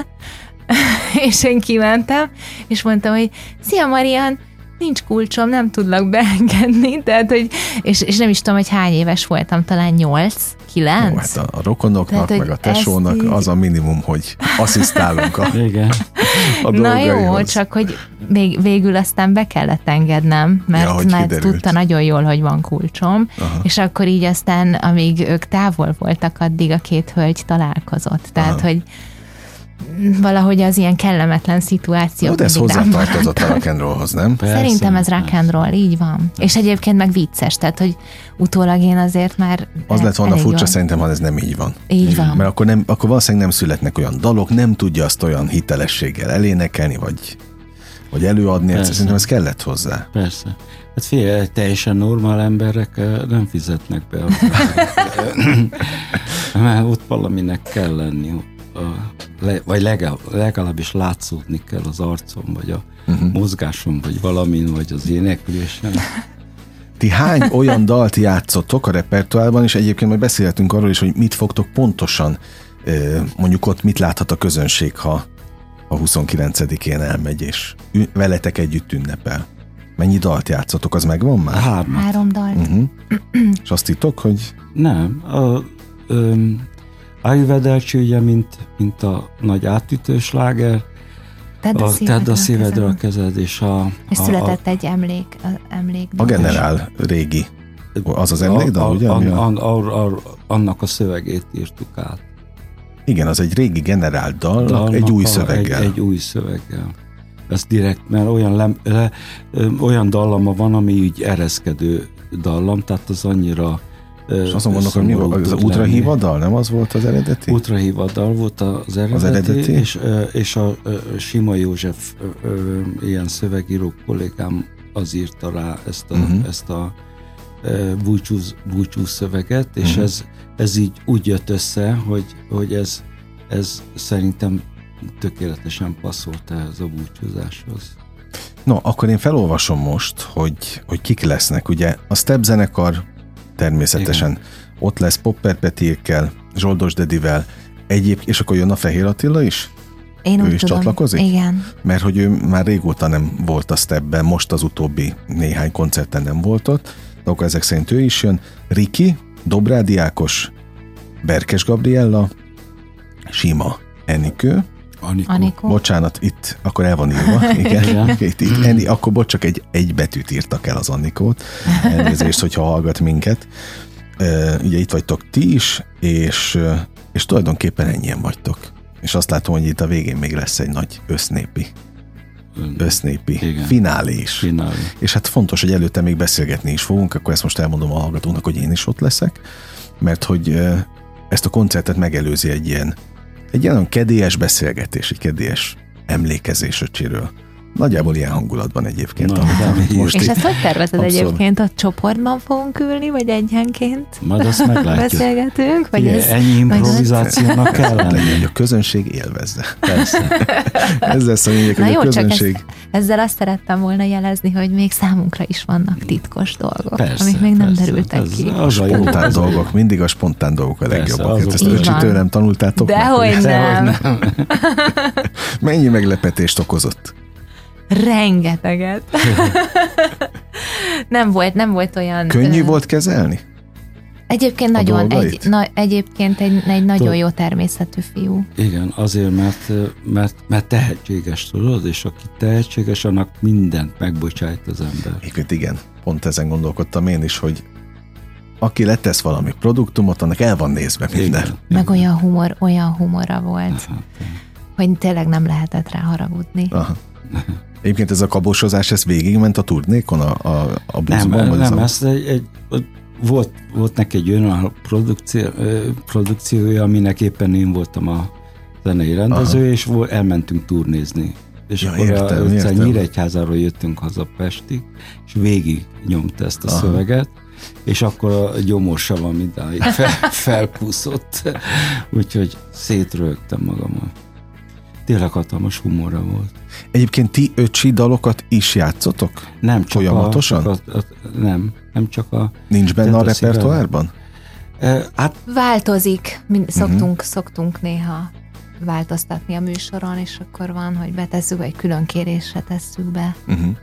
és én kimentem, és mondtam, hogy szia Marian, nincs kulcsom, nem tudlak beengedni, tehát, hogy, és, és nem is tudom, hogy hány éves voltam, talán nyolc, kilenc. Jó, hát a, a rokonoknak, tehát, meg a tesónak így... az a minimum, hogy asszisztálunk a, a Na jó, csak hogy még, végül aztán be kellett engednem, mert, ja, mert tudta nagyon jól, hogy van kulcsom, aha. és akkor így aztán, amíg ők távol voltak, addig a két hölgy találkozott. Tehát, aha. hogy valahogy az ilyen kellemetlen szituáció. No, de ez hozzátartozott a rock and rollhoz, nem? Persze, szerintem ez rock and roll, így van. Persze. És egyébként meg vicces, tehát hogy utólag én azért már... Az lett volna furcsa jól. Szerintem, ha ez nem így van. Így van. Mert akkor, nem, akkor valószínűleg nem születnek olyan dalok, nem tudja azt olyan hitelességgel elénekelni, vagy, vagy előadni. Persze. Szerintem ez kellett hozzá. Persze. Hát fél, teljesen normál emberek nem fizetnek be. Mert ott valaminek kell lenni. Le, vagy legalább, legalábbis látszódni kell az arcom, vagy a uh-huh. mozgásom, vagy valamin, vagy az éneklésem. Ti hány olyan dalt játszottok a repertoárban, és egyébként majd beszélhetünk arról is, hogy mit fogtok pontosan, mondjuk ott mit láthat a közönség, ha a huszonkilencedikén elmegy, és veletek együtt ünnepel. Mennyi dalt játszottok, az megvan már? Három. Három dalt. Uh-huh. És azt hittok, hogy... Nem, a... Öm, Arrivederci, ugye, mint, mint a nagy átütő sláger, Tedd a, Tedd a szívedre a kezed, és a... És a, született a, egy emlék, a, emlék a generál régi, az az emlékdal, ugye? An, an, an, an, annak a szövegét írtuk át. Igen, az egy régi generál dal, egy új szöveggel. Egy, egy új szöveggel. Ez direkt, mert olyan, le, le, olyan dallama van, ami így ereszkedő dallam, tehát az annyira... És azt mondom, hogy mi volt? Az Ultrahívadal, nem az volt az eredeti? Ultrahívadal volt az eredeti, az eredeti? És, és a, a Sima József ilyen szövegíró kollégám az írta rá ezt a, uh-huh. ezt a búcsú, búcsú szöveget, és uh-huh. ez, ez így úgy jött össze, hogy, hogy ez, ez szerintem tökéletesen passzolt ehhez a búcsúzáshoz. No, akkor én felolvasom most, hogy, hogy kik lesznek. Ugye a Step zenekar természetesen. Igen. Ott lesz Popper Petiékkel, Zsoldos Dedivel, egyéb, és akkor jön a Fehér Attila is? Én ő úgy is tudom. Csatlakozik? Igen. Mert hogy ő már régóta nem volt a Stepben, most az utóbbi néhány koncerten nem volt ott, de akkor ezek szerint ő is jön. Riki, Dobrádi Ákos, Berkes Gabriella, Sima Enikő, Anikó. Anikó. Bocsánat, itt akkor el van írva. Igen. itt, itt Eni, akkor bocs, csak egy, egy betűt írtak el az Anikót. Elnézést, hogyha hallgat minket. Uh, ugye itt vagytok ti is, és, uh, és tulajdonképpen ennyien vagytok. És azt látom, hogy itt a végén még lesz egy nagy össznépi, össznépi Igen. finálé is. Finálé. És hát fontos, hogy előtte még beszélgetni is fogunk, akkor ezt most elmondom a hallgatónak, hogy én is ott leszek, mert hogy uh, ezt a koncertet megelőzi egy ilyen Egy ilyen kedélyes beszélgetés, egy kedélyes emlékezés öcséről. Nagyjából ilyen hangulatban egyébként. Na, amit most És itt, ezt hogy tervezed abszolút. egyébként? A csoportban fogunk ülni, vagy egyenként Majd azt meglátjuk. beszélgetünk? Vagy Igen, ez, ennyi improvizációnak kell legyen, lenni. hogy a közönség élvezze. Persze. Ez lesz a lényeg, Na hogy jó, a csak közönség... ezt, ezzel azt szerettem volna jelezni, hogy még számunkra is vannak titkos dolgok, Persze, amik még nem persze. derültek Ez ki. az a jó. Spontán az a jó. dolgok, mindig a spontán dolgok a Persze, legjobbak. azok Ezt a- öcsi Így van. tőlem tanultátok? meg, Dehogy hogy- nem. Mennyi meglepetést okozott? Rengeteget. nem volt, nem volt olyan... Könnyű ö, volt kezelni? Egyébként a nagyon, dolgait? egy, na, egyébként egy, egy nagyon Tud- jó természetű fiú. Igen, azért, mert, mert, mert tehetséges, tudod, és aki tehetséges, annak mindent megbocsájt az ember. Egyébként igen, pont ezen gondolkodtam én is, hogy aki letesz valami produktumot, annak el van nézve minden. Igen. Meg olyan humor, olyan humora volt, Hát, hogy tényleg nem lehetett rá haragudni. Aha. Egyébként ez a kabosozás, ez végigment a turnékon a, a, a nem, buszban? vagy nem, a... ez egy, egy, volt, volt neki egy olyan produkció, ö, produkciója, aminek éppen én voltam a zenei rendező, Aha. és volt, elmentünk turnézni. És Ja, akkor értem, a, értem. Nyíregyházáról jöttünk haza Pestig, és végig nyomta ezt a Aha. szöveget, és akkor a gyomorsavam idáig fel, felkúszott, úgyhogy szétrögtem magamon. Tényleg hatalmas humora volt. Egyébként ti öcsi dalokat is játszotok? Nem csak Folyamatosan? A, csak a, a, nem, nem csak a... Nincs benne a Tehát a szívem. repertoárban? E, hát Változik, mind, Mhm. szoktunk, uh-huh. szoktunk néha változtatni a műsoron, és akkor van, hogy betesszük, vagy külön kérésre tesszük be. Uh-huh.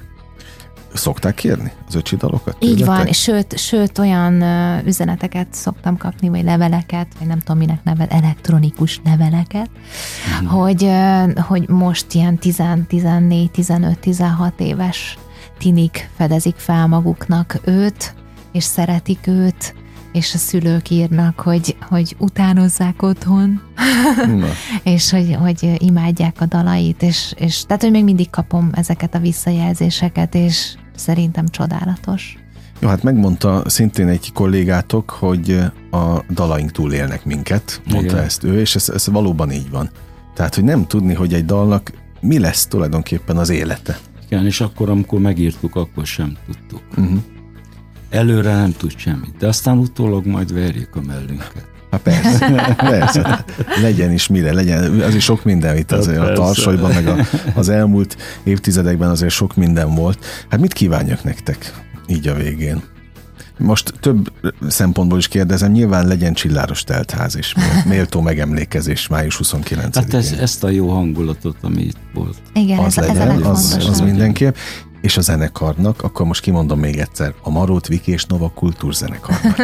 Szokták kérni az öcsi dalokat? Így tőletek? van, sőt, sőt olyan ö, üzeneteket szoktam kapni, vagy leveleket, vagy nem tudom minek nevel, elektronikus leveleket, Mhm. hogy, ö, hogy most ilyen tíz, tizennégy, tizenöt, tizenhat éves tinik fedezik fel maguknak őt, és szeretik őt, és a szülők írnak, hogy, hogy utánozzák otthon, Na. és hogy, hogy imádják a dalait, és, és tehát, hogy még mindig kapom ezeket a visszajelzéseket, és szerintem csodálatos. Jó, hát megmondta szintén egy kollégátok, hogy a dalaink túlélnek minket, mondta Igen. ezt ő, és ez, ez valóban így van. Tehát, hogy nem tudni, hogy egy dalnak mi lesz tulajdonképpen az élete. igen, és akkor, amikor megírtuk, akkor sem tudtuk. Uh-huh. Előre nem tud semmit, de aztán utólag majd verjük a mellünket. Hát persze, persze. Legyen is mire, legyen, az is sok minden itt azért a Persze. tarsolyban, meg a, az elmúlt évtizedekben azért sok minden volt. Hát mit kívánjak nektek így a végén? Most több szempontból is kérdezem, nyilván legyen csilláros teltház és méltó megemlékezés május huszonkilencedikén. Hát ez, ezt a jó hangulatot, ami itt volt. Igen, Az ez, ez a legyen, az, legfontosabb. az mindenképp. És a zenekarnak, akkor most kimondom még egyszer, a Marót Viki és Nova Kultúrzenekarnak.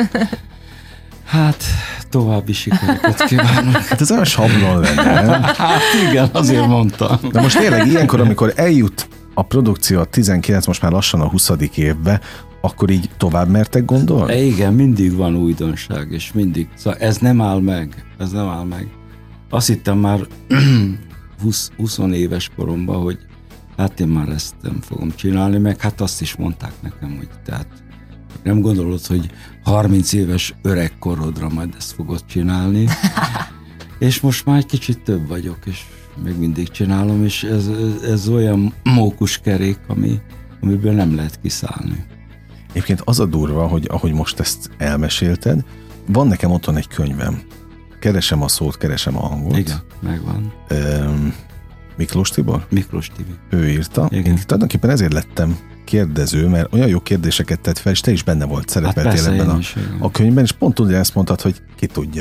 Hát, további sikereket kívánok. Hát ez olyan sablon lenne, nem? Hát igen, azért mondtam. De most tényleg ilyenkor, amikor eljut a produkció a tizenkilenc, most már lassan a huszadik évbe, akkor így tovább mertek gondolni? E, igen, mindig van újdonság, és mindig. Szóval ez nem áll meg, ez nem áll meg. Azt hittem már húsz, húsz éves koromban, hogy hát én már ezt nem fogom csinálni, meg hát azt is mondták nekem, hogy tehát nem gondolod, hogy harminc éves öreg korodra majd ezt fogod csinálni. És most már egy kicsit több vagyok, és még mindig csinálom, és ez, ez olyan mókuskerék, ami, amiből nem lehet kiszállni. Egyébként az a durva, hogy ahogy most ezt elmesélted, van nekem otthon egy könyvem. Keresem a szót, keresem a hangot. Igen, megvan. Üm, Miklós Tibor? Miklós Tibi. Ő írta. Igen. Én tulajdonképpen ezért lettem kérdező, mert olyan jó kérdéseket tett fel, és te is benne volt, Hát szerepeltél persze, ebben én a, is, igen. a könyvben, és pont ugye ezt mondtad, hogy ki tudja.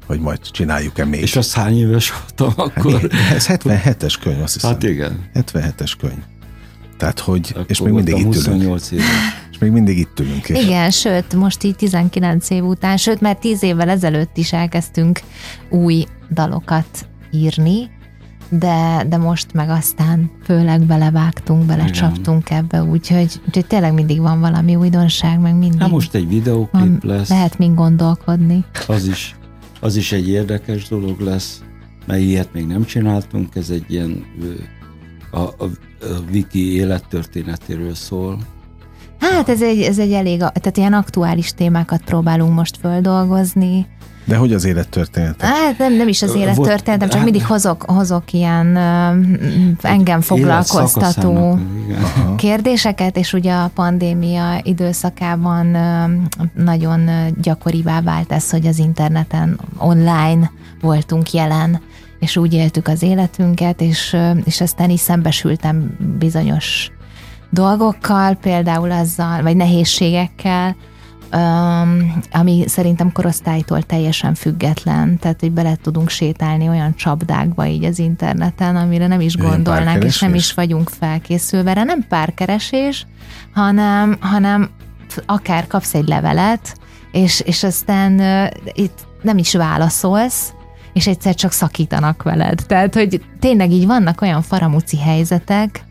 hogy majd csináljuk-e még. És az hány éves voltam akkor? Hát, ez hetvenhetes könyv, azt hiszem. Hát igen. hetvenhetes könyv. Tehát, hogy, akkor és még mindig itt ülünk. És még mindig itt ülünk. És... Igen, sőt, most így tizenkilenc év után, sőt, mert tíz évvel ezelőtt is elkezdtünk új dalokat írni, de, de most meg aztán főleg belevágtunk, belecsaptunk igen. ebbe, úgyhogy, úgyhogy tényleg mindig van valami újdonság, meg mindig. Hát most egy videóklip lesz. Lehet mind gondolkodni. Az is, az is egy érdekes dolog lesz, mert ilyet még nem csináltunk, ez egy ilyen a, a, a Viki élettörténetéről szól. Hát ez egy, ez egy elég, tehát ilyen aktuális témákat próbálunk most földolgozni. De hogy az élettörténetek? Hát nem, nem is az élettörténetem, csak mindig hozok, hozok ilyen uh, engem foglalkoztató kérdéseket, és ugye a pandémia időszakában uh, nagyon gyakorivá vált ez, hogy az interneten online voltunk jelen, és úgy éltük az életünket, és, uh, és aztán is szembesültem bizonyos dolgokkal, például azzal, vagy nehézségekkel, Um, ami szerintem korosztálytól teljesen független, tehát hogy bele tudunk sétálni olyan csapdákba így az interneten, amire nem is gondolnánk, és nem is vagyunk felkészülve. Erre nem párkeresés, hanem, hanem akár kapsz egy levelet, és, és aztán uh, itt nem is válaszolsz, és egyszer csak szakítanak veled. Tehát, hogy tényleg így vannak olyan faramuci helyzetek,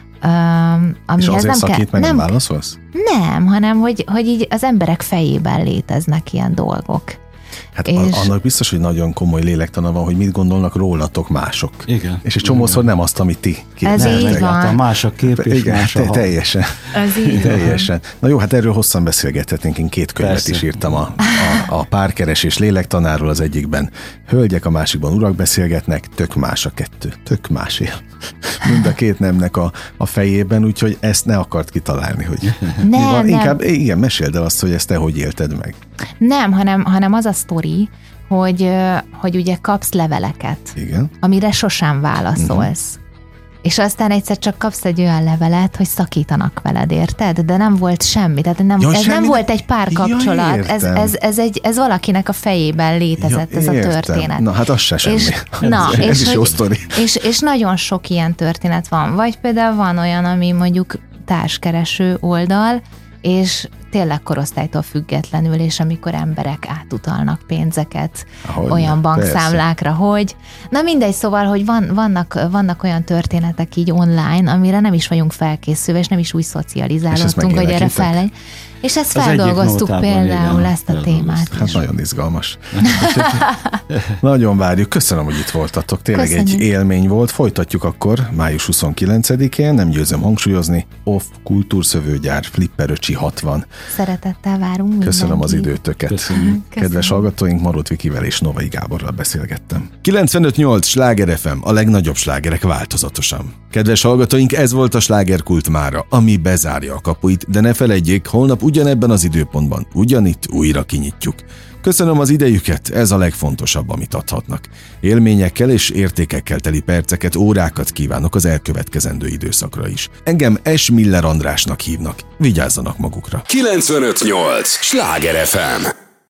Um, és azért nem szakít, kell, meg nem, nem válaszolsz? Nem, hanem hogy, hogy így az emberek fejében léteznek ilyen dolgok. Hát és... annak biztos, hogy nagyon komoly lélektana van, hogy mit gondolnak rólatok mások. Igen. És egy csomószor nem azt, amit ti képzeltek. Ez így van. Más a kép és igen, más a hang. Teljesen. Ez így teljesen. Na jó, hát erről hosszan beszélgethetnénk. Én két könyvet Persze. is írtam a, a, a párkeresés lélektanáról, az egyikben hölgyek, a másikban urak beszélgetnek, tök más a kettő. Tök más él. Mind a két nemnek a, a fejében, úgyhogy ezt ne akart kitalálni, hogy nem, mi van. nem. Inkább igen, meséld el azt, hogy ezt te hogy élted meg. Nem, hanem, hanem az a sztori, hogy, hogy ugye kapsz leveleket, igen. amire sosem válaszolsz. Uh-huh. És aztán egyszer csak kapsz egy olyan levelet, hogy szakítanak veled, érted? De nem volt semmi, tehát nem, ja, ez semmi? nem volt egy párkapcsolat, ja, ez, ez, ez, egy, ez valakinek a fejében létezett ja, ez a történet. Na hát az se semmi. És, ez, na, ez és, is jó sztori. És, és nagyon sok ilyen történet van. Vagy például van olyan, ami mondjuk társkereső oldal, és tényleg korosztálytól függetlenül, és amikor emberek átutalnak pénzeket Ahogy olyan bankszámlákra, persze. hogy... Na mindegy, szóval, hogy van, vannak, vannak olyan történetek így online, amire nem is vagyunk felkészülve, és nem is úgy szocializálódtunk, hogy erre fel... És ezt feldolgoztuk például, igen, ezt a témát. Hát nagyon izgalmas. Nagyon várjuk. Köszönöm, hogy itt voltatok. Tényleg Köszönjük. Egy élmény volt. Folytatjuk akkor május huszonkilencedikén, nem győzöm hangsúlyozni, Off Kultúrszövőgyár, Flipper öcsi hatvan. Szeretettel várunk mindenkit. Köszönöm az időtöket. Köszönjük. Kedves hallgatóink, Marót Vikivel és Novai Gáborral beszélgettem. kilencvenöt nyolc Sláger ef em, a legnagyobb slágerek változatosan. Kedves hallgatóink, ez volt a Slágerkult mára, ami bezárja a kapuit, de ne feledjék, holnap ugyanebben az időpontban, ugyanitt újra kinyitjuk. Köszönöm az idejüket, ez a legfontosabb, amit adhatnak. Élményekkel és értékekkel teli perceket, órákat kívánok az elkövetkezendő időszakra is. Engem S. Miller Andrásnak hívnak. Vigyázzanak magukra. kilencvenöt nyolc Sláger ef em